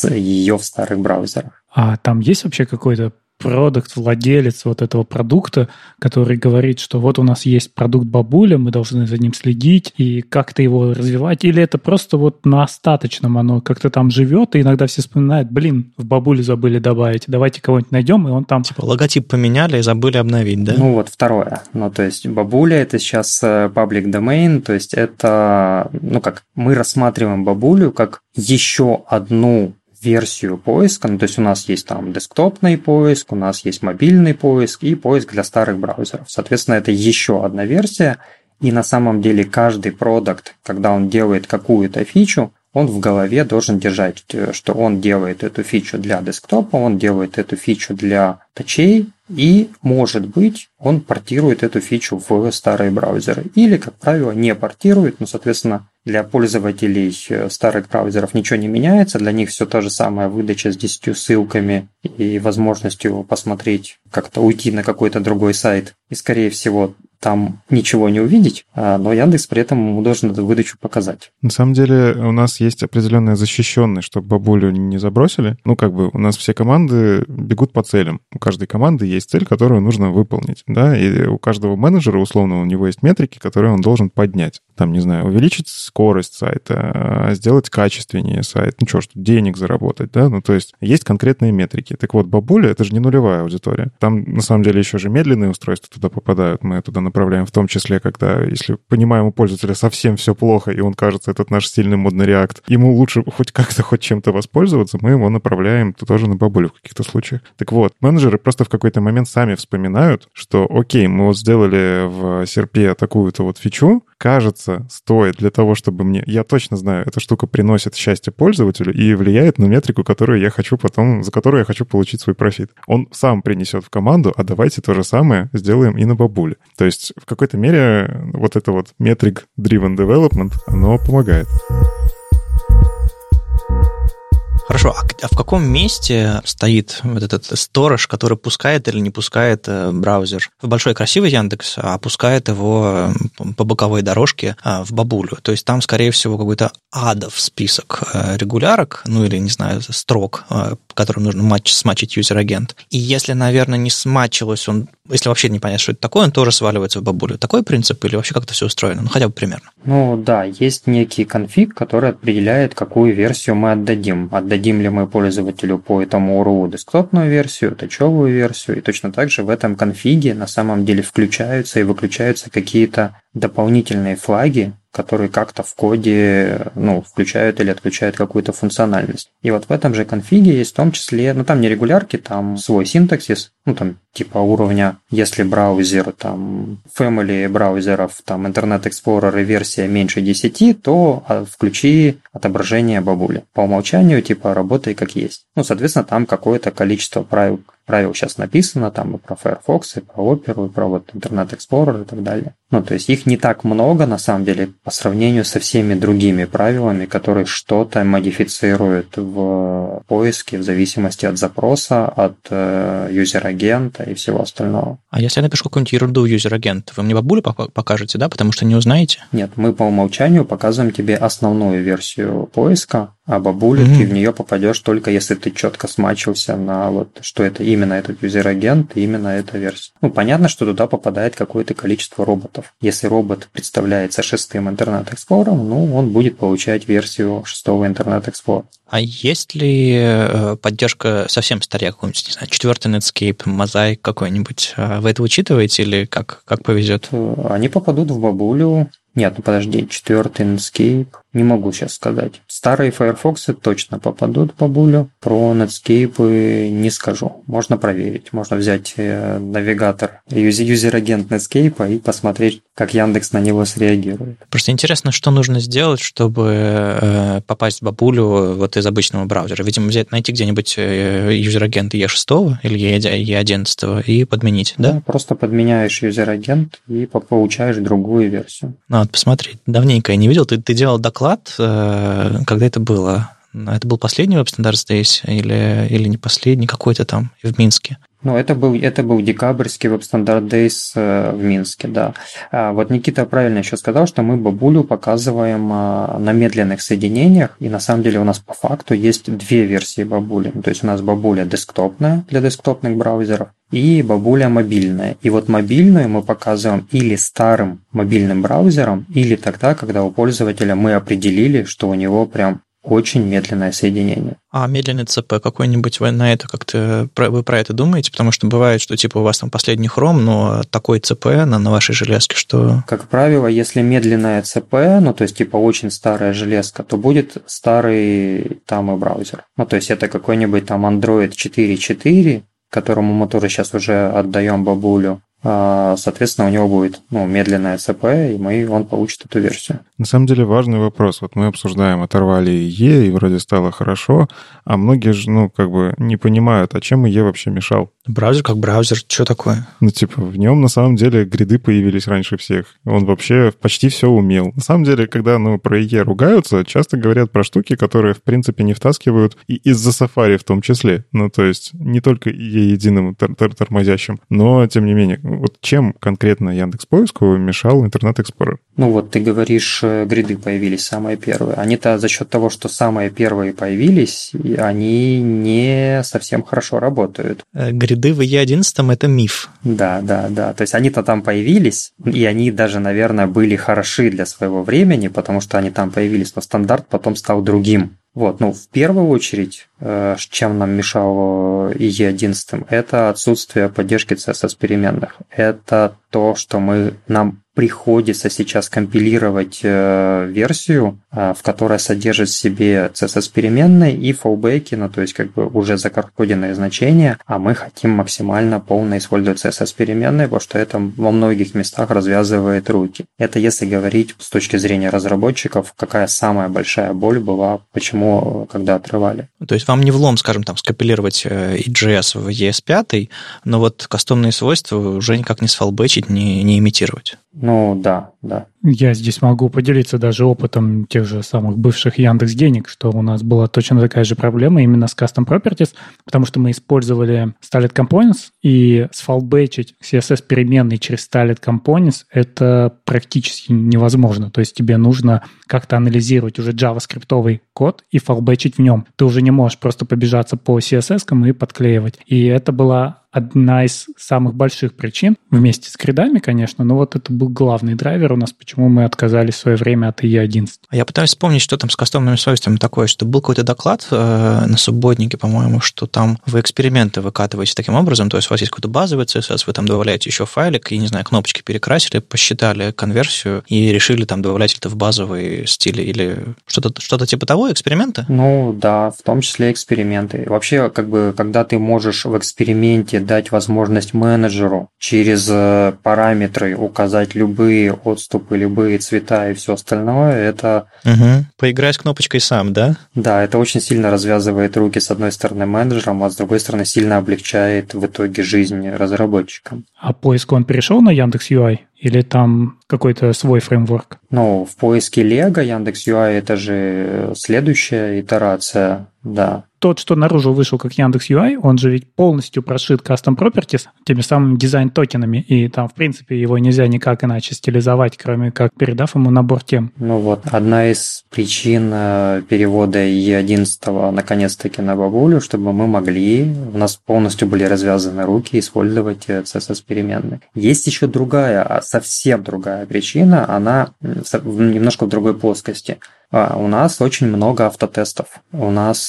ее в старых браузерах. А там есть вообще какой-то продукт, владелец вот этого продукта, который говорит, что вот у нас есть продукт бабуля, мы должны за ним следить и как-то его развивать? Или это просто вот на остаточном оно как-то там живет, и иногда все вспоминают, блин, в бабулю забыли добавить, давайте кого-нибудь найдем, и он там... Типа логотип поменяли и забыли обновить, да? Ну вот второе. Ну то есть бабуля это сейчас public domain, то есть это, ну как, мы рассматриваем бабулю как еще одну версию поиска, ну, то есть у нас есть там десктопный поиск, у нас есть мобильный поиск и поиск для старых браузеров. Соответственно, это еще одна версия, и на самом деле каждый продукт, когда он делает какую-то фичу, он в голове должен держать, что он делает эту фичу для десктопа, он делает эту фичу для тачей, и, может быть, он портирует эту фичу в старые браузеры. Или, как правило, не портирует, но, соответственно, для пользователей старых браузеров ничего не меняется, для них все та же самая выдача с десятью ссылками и возможностью посмотреть, как-то уйти на какой-то другой сайт. И, скорее всего, там ничего не увидеть, но Яндекс при этом ему должен эту выдачу показать. На самом деле у нас есть определенная защищенность, чтобы бабулю не забросили. Ну, как бы у нас все команды бегут по целям. У каждой команды есть цель, которую нужно выполнить, да, и у каждого менеджера, условно, у него есть метрики, которые он должен поднять. Там, не знаю, увеличить скорость сайта, сделать качественнее сайт, ну что, что денег заработать, да, ну то есть есть конкретные метрики. Так вот, бабуля — это же не нулевая аудитория. Там, на самом деле, еще же медленные устройства туда попадают, мы туда направляем, в том числе, когда, если понимаем, у пользователя совсем все плохо, и он, кажется, этот наш стильный модный React, ему лучше хоть как-то, хоть чем-то воспользоваться, мы его направляем тоже на бабулю в каких-то случаях. Так вот, менеджеры просто в какой-то момент сами вспоминают, что окей, мы вот сделали в серпе такую-то вот фичу, кажется, стоит для того, чтобы мне... Я точно знаю, эта штука приносит счастье пользователю и влияет на метрику, которую я хочу потом, за которую я хочу получить свой профит. Он сам принесет в команду, а давайте то же самое сделаем и на бабуле. То есть в какой-то мере вот это вот metric-driven development, оно помогает. Хорошо, а в каком месте стоит вот этот сторож, который пускает или не пускает браузер в большой красивый Яндекс, а пускает его по боковой дорожке в бабулю? То есть там, скорее всего, какой-то адов список регулярок, ну или, не знаю, строк, которым нужно матч, смачить юзер-агент. И если, наверное, не смачилось, он, если вообще не понять, что это такое, он тоже сваливается в бабулю. Такой принцип или вообще как-то все устроено? Ну, хотя бы примерно. Ну, да, есть некий конфиг, который определяет, какую версию мы отдадим. Отдадим ли мы пользователю по этому ю ар эл десктопную версию, тачевую версию, и точно так же в этом конфиге на самом деле включаются и выключаются какие-то дополнительные флаги, которые как-то в коде, ну, включают или отключают какую-то функциональность. И вот в этом же конфиге есть в том числе, ну, там не регулярки, там свой синтаксис, ну, там типа уровня, если браузер, там, family браузеров, там, Internet Explorer и версия меньше десяти, то включи отображение бабули. По умолчанию, типа, работай как есть. Ну, соответственно, там какое-то количество правил, правил сейчас написано, там и про Firefox, и про Opera, и про вот Internet Explorer и так далее. Ну, то есть их не так много, на самом деле, по сравнению со всеми другими правилами, которые что-то модифицируют в поиске в зависимости от запроса, от э, юзер-агента и всего остального. А если я напишу какую-нибудь ерунду в юзер-агент, вы мне бабулю покажете, да, потому что не узнаете? Нет, мы по умолчанию показываем тебе основную версию поиска, А бабуля, mm-hmm. ты в нее попадешь только если ты четко смачился на вот, что это именно этот юзер-агент, именно эта версия. Ну, понятно, что туда попадает какое-то количество роботов. Если робот представляется шестым Internet Explorer, ну, он будет получать версию шестого Internet Explorer. А есть ли поддержка совсем старее, какой-нибудь, не знаю, четвертый Netscape, Mosaic какой-нибудь? Вы это учитываете или как, как повезет? Они попадут в бабулю. Нет, ну подожди, четвертый Netscape, не могу сейчас сказать. Старые Firefox точно попадут в бабулю, про Netscape не скажу. Можно проверить, можно взять навигатор, юзер-агент Netscape и посмотреть, как Яндекс на него среагирует. Просто интересно, что нужно сделать, чтобы попасть в бабулю вот из обычного браузера. Видимо, взять, найти где-нибудь юзер-агент и шесть или и одиннадцать и подменить, да? Да, просто подменяешь юзер-агент и получаешь другую версию. Надо посмотреть. Давненько я не видел. Ты, ты делал доклад, когда это было? Это был последний Web Standards Days или, или не последний, какой-то там в Минске? Ну, это был, это был декабрьский Web Standard Days в Минске, да. А вот Никита правильно еще сказал, что мы бабулю показываем на медленных соединениях, и на самом деле у нас по факту есть две версии бабули. То есть у нас бабуля десктопная для десктопных браузеров и бабуля мобильная. И вот мобильную мы показываем или старым мобильным браузером, или тогда, когда у пользователя мы определили, что у него прям очень медленное соединение. А медленный ЦП какой-нибудь, вы на это как-то, вы про это думаете? Потому что бывает, что типа у вас там последний хром, но такой ЦП на, на вашей железке, что... Как правило, если медленная ЦП, ну то есть типа очень старая железка, то будет старый там и браузер. Ну то есть это какой-нибудь там Android четыре точка четыре, которому мы тоже сейчас уже отдаем бабулю. Соответственно, у него будет ну, медленная ЦП, и мы, он получит эту версию. На самом деле важный вопрос. Вот мы обсуждаем, оторвали ИЕ, и вроде стало хорошо, а многие же, ну, как бы не понимают, а чем ИЕ вообще мешал. Браузер как браузер, что такое? Ну, типа, в нем на самом деле гриды появились раньше всех. Он вообще почти все умел. На самом деле, когда ну, про ИЕ ругаются, часто говорят про штуки, которые, в принципе, не втаскивают, и из-за Safari в том числе. Ну, то есть, не только ИЕ единым тормозящим, но, тем не менее, вот чем конкретно Яндекс.Поиску мешал Internet Explorer? Ну вот ты говоришь, гриды появились самые первые. Они-то за счет того, что самые первые появились, они не совсем хорошо работают. Гриды в и и одиннадцать это миф. Да, да, да. То есть они-то там появились, и они даже, наверное, были хороши для своего времени, потому что они там появились, но стандарт потом стал другим. Вот, ну, в первую очередь, чем нам мешал и и одиннадцать, это отсутствие поддержки си эс эс-переменных. Это то, что мы, нам приходится сейчас компилировать версию, в которой содержит в себе си эс эс-переменные и фоллбеки, ну, то есть как бы уже закодированные значения, а мы хотим максимально полно использовать си эс эс-переменные, потому что это во многих местах развязывает руки. Это если говорить с точки зрения разработчиков, какая самая большая боль была, почему, когда отрывали. То есть вам не влом, скажем, там, скомпилировать и джей эс в и эс пять, но вот кастомные свойства уже никак не сфоллбечить, не, не имитировать. Ну, да, да. Я здесь могу поделиться даже опытом тех же самых бывших Яндекс.Денег, что у нас была точно такая же проблема именно с Custom Properties, потому что мы использовали Styled Components, и сфоллбечить си эс эс-переменные через Styled Components это практически невозможно. То есть тебе нужно как-то анализировать уже JavaScript-овый код и фоллбечить в нем. Ты уже не можешь просто побежаться по си эс эс-кам и подклеивать. И это была одна из самых больших причин, вместе с гридами, конечно, но вот это был главный драйвер у нас, почему мы отказались в свое время от и и одиннадцать. Я пытаюсь вспомнить, что там с кастомными свойствами такое, что был какой-то доклад э, на субботнике, по-моему, что там вы эксперименты выкатываете таким образом, то есть у вас есть какой-то базовый си эс эс, вы там добавляете еще файлик, и, не знаю, кнопочки перекрасили, посчитали конверсию и решили там добавлять это в базовый стиль или что-то, что-то типа того, эксперименты? Ну, да, в том числе эксперименты. Вообще, как бы, когда ты можешь в эксперименте дать возможность менеджеру через параметры указать любые отступы, любые цвета и все остальное, это... Угу. Поиграй с кнопочкой сам, да? Да, это очень сильно развязывает руки, с одной стороны, менеджерам, а с другой стороны, сильно облегчает в итоге жизнь разработчикам. А поиск, он перешел на Яндекс.Ю Ай? или там какой-то свой фреймворк? Ну, в поиске Lego Яндекс.Юай это же следующая итерация, да. Тот, что наружу вышел как Яндекс.Юай, он же ведь полностью прошит Custom Properties, теми самыми дизайн-токенами, и там, в принципе, его нельзя никак иначе стилизовать, кроме как передав ему набор тем. Ну вот, одна из причин перевода и одиннадцать наконец-таки на бабулю, чтобы мы могли, у нас полностью были развязаны руки, использовать си эс эс-переменные. Есть еще другая, совсем другая причина, она немножко в другой плоскости. У нас очень много автотестов. У нас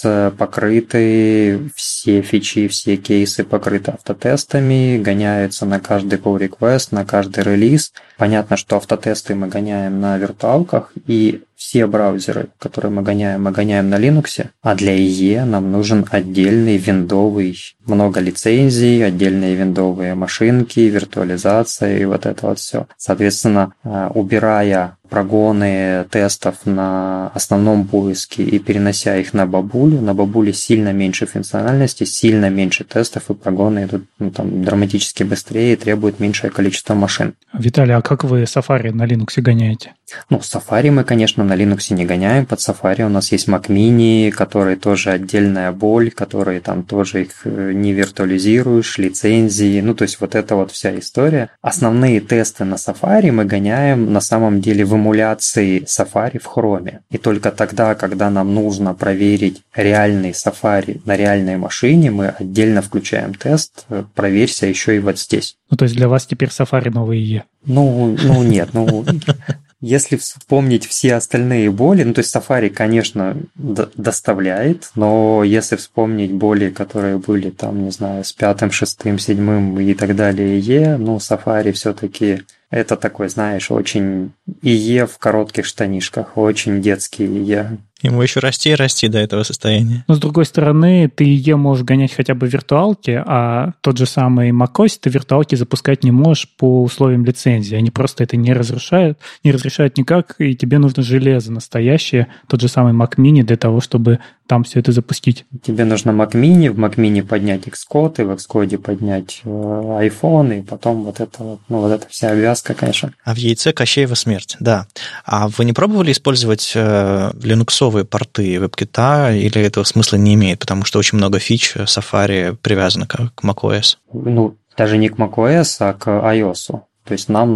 покрыты все фичи, все кейсы покрыты автотестами, гоняются на каждый pull request, на каждый релиз. Понятно, что автотесты мы гоняем на виртуалках, и все браузеры, которые мы гоняем, мы гоняем на Linux, а для ай и нам нужен отдельный виндовый, много лицензий, отдельные виндовые машинки, виртуализация и вот это вот все. Соответственно, убирая прогоны тестов на основном поиске и перенося их на бабулю, на бабуле сильно меньше функциональности, сильно меньше тестов, и прогоны идут ну, там, драматически быстрее и требуют меньшее количество машин. Виталий, а как вы Safari на Linux гоняете? Ну, Safari мы, конечно, на Linux не гоняем. Под Safari у нас есть Mac Mini, который тоже отдельная боль, которые там тоже их не виртуализируешь, лицензии. Ну, то есть вот это вот вся история. Основные тесты на Safari мы гоняем на самом деле в эмуляции Safari в Chrome. И только тогда, когда нам нужно проверить реальный Safari на реальной машине, мы отдельно включаем тест, проверься еще и вот здесь. Ну, то есть для вас теперь Safari новый ай и? Ну, ну нет, ну... Если вспомнить все остальные боли, ну, то есть Safari, конечно, д- доставляет, но если вспомнить боли, которые были там, не знаю, с пятым, шестым, седьмым и так далее, е, ну, Safari все-таки это такой, знаешь, очень ай и в коротких штанишках, очень детский ай и. Ему еще расти и расти до этого состояния. Но, с другой стороны, ты ай и можешь гонять хотя бы в виртуалке, а тот же самый macOS ты в виртуалке запускать не можешь по условиям лицензии. Они просто это не разрешают, не разрешают никак, и тебе нужно железо настоящее, тот же самый Mac Mini для того, чтобы там все это запустить. Тебе нужно Mac Mini, в Mac Mini поднять Xcode, и в Xcode поднять iPhone, и потом вот это вот, ну, вот эта вся обвязка, конечно. А в яйце Кощеева смерть, да. А вы не пробовали использовать э, линуксовые порты WebKit, или этого смысла не имеет, потому что очень много фич Safari привязано к, к macOS? Ну, даже не к macOS, а к iOS. То есть нам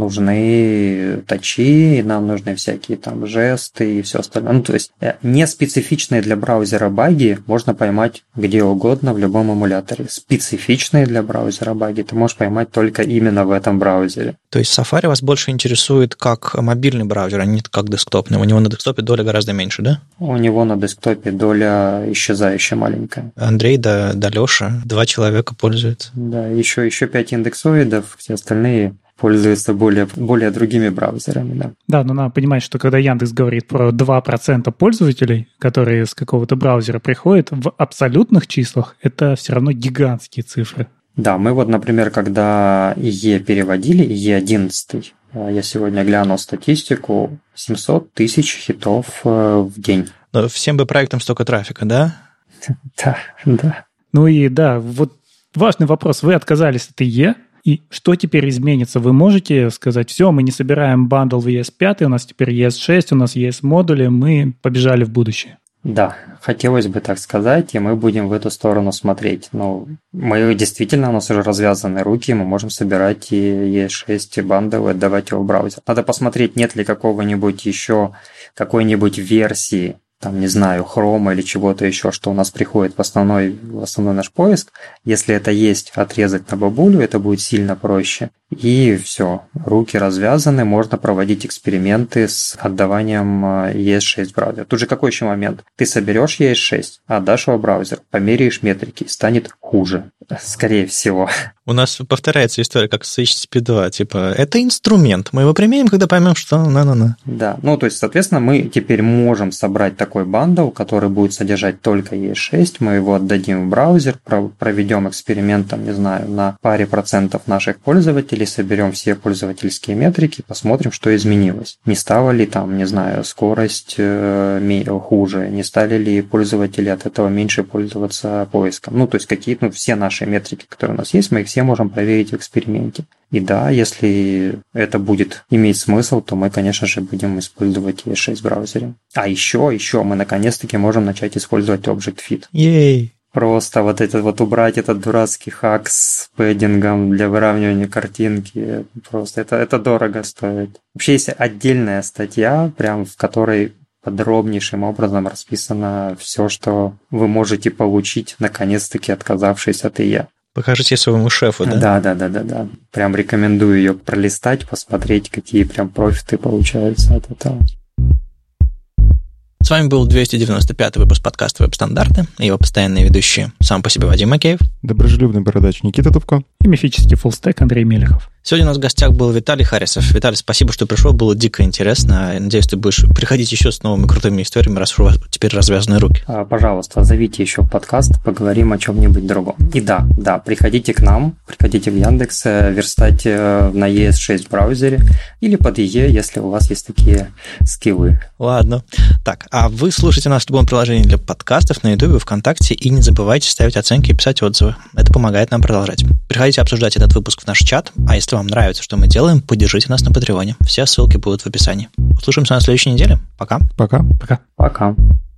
нужны тачи, нам нужны всякие там жесты и все остальное. Ну, то есть не специфичные для браузера баги можно поймать где угодно в любом эмуляторе. Специфичные для браузера баги ты можешь поймать только именно в этом браузере. То есть Safari вас больше интересует как мобильный браузер, а не как десктопный. У него на десктопе доля гораздо меньше, да? У него на десктопе доля исчезающая маленькая. Андрей да, да Леша, два человека пользуются. Да, еще, еще пять индексоидов, все остальные пользуются более, более другими браузерами, да. Да, но надо понимать, что когда Яндекс говорит про два процента пользователей, которые с какого-то браузера приходят, в абсолютных числах это все равно гигантские цифры. Да, мы вот, например, когда ай и переводили, ай и одиннадцать, я сегодня глянул статистику, семьсот тысяч хитов в день. Но всем бы проектам столько трафика, да? Да, да. Ну и да, вот важный вопрос. Вы отказались от ай и, и что теперь изменится? Вы можете сказать, все, мы не собираем бандл в и эс пять, у нас теперь и эс шесть, у нас и эс-модули, мы побежали в будущее. Да, хотелось бы так сказать, и мы будем в эту сторону смотреть. Но мы действительно, у нас уже развязаны руки, мы можем собирать и и эс шесть бандл и отдавать его в браузер. Надо посмотреть, нет ли какого-нибудь еще, какой-нибудь версии, там, не знаю, Chrome или чего-то еще, что у нас приходит в основной, в основной наш поиск. Если это есть, отрезать на бабулю, это будет сильно проще. И все, руки развязаны, можно проводить эксперименты с отдаванием и эс шесть в браузер. Тут же какой еще момент? Ты соберешь и эс шесть, отдашь его в браузер, померяешь метрики, станет хуже. Скорее всего. У нас повторяется история, как с эйч ти ти пи два. Типа, это инструмент, мы его применим, когда поймем, что на-на-на. Да, ну то есть, соответственно, мы теперь можем собрать такой бандл, который будет содержать только и эс шесть, мы его отдадим в браузер, проведем эксперимент, там, не знаю, на паре процентов наших пользователей, соберем все пользовательские метрики, посмотрим, что изменилось. Не стала ли там, не знаю, скорость э, хуже, не стали ли пользователи от этого меньше пользоваться поиском. Ну, то есть какие-то проверить, ну, все наши метрики, которые у нас есть, мы их все можем проверить в эксперименте. И да, если это будет иметь смысл, то мы, конечно же, будем использовать и эс шесть в браузере. А еще, еще мы наконец-таки можем начать использовать Object-Fit. Ей! Просто вот этот вот убрать этот дурацкий хак с пэддингом для выравнивания картинки, просто это, это дорого стоит. Вообще есть отдельная статья, прям в которой подробнейшим образом расписано все, что вы можете получить, наконец-таки отказавшись от ай и. Покажите своему шефу, да? Да, да, да, да, да. Прям рекомендую ее пролистать, посмотреть, какие прям профиты получаются от этого. С вами был двести девяносто пятый выпуск подкаста «Веб-стандарты» и его постоянные ведущие. Сам по себе Вадим Макеев. Доброжелюбный бородач Никита Тупко. И мифический фуллстек Андрей Мелехов. Сегодня у нас в гостях был Виталий Харисов. Виталий, спасибо, что пришел, было дико интересно. Я надеюсь, ты будешь приходить еще с новыми крутыми историями, раз у вас теперь развязаны руки. Пожалуйста, зовите еще в подкаст, поговорим о чем-нибудь другом. И да, да, приходите к нам, приходите в Яндекс, верстать на и эс шесть в браузере или под и и, если у вас есть такие скиллы. Ладно. Так, а вы слушаете нас в любом приложении для подкастов на Ютубе, ВКонтакте, и не забывайте ставить оценки и писать отзывы. Это помогает нам продолжать. Приходите обсуждать этот выпуск в наш чат, а если вам нравится, что мы делаем, поддержите нас на Патреоне. Все ссылки будут в описании. Услышимся на следующей неделе. Пока. Пока. Пока. Пока.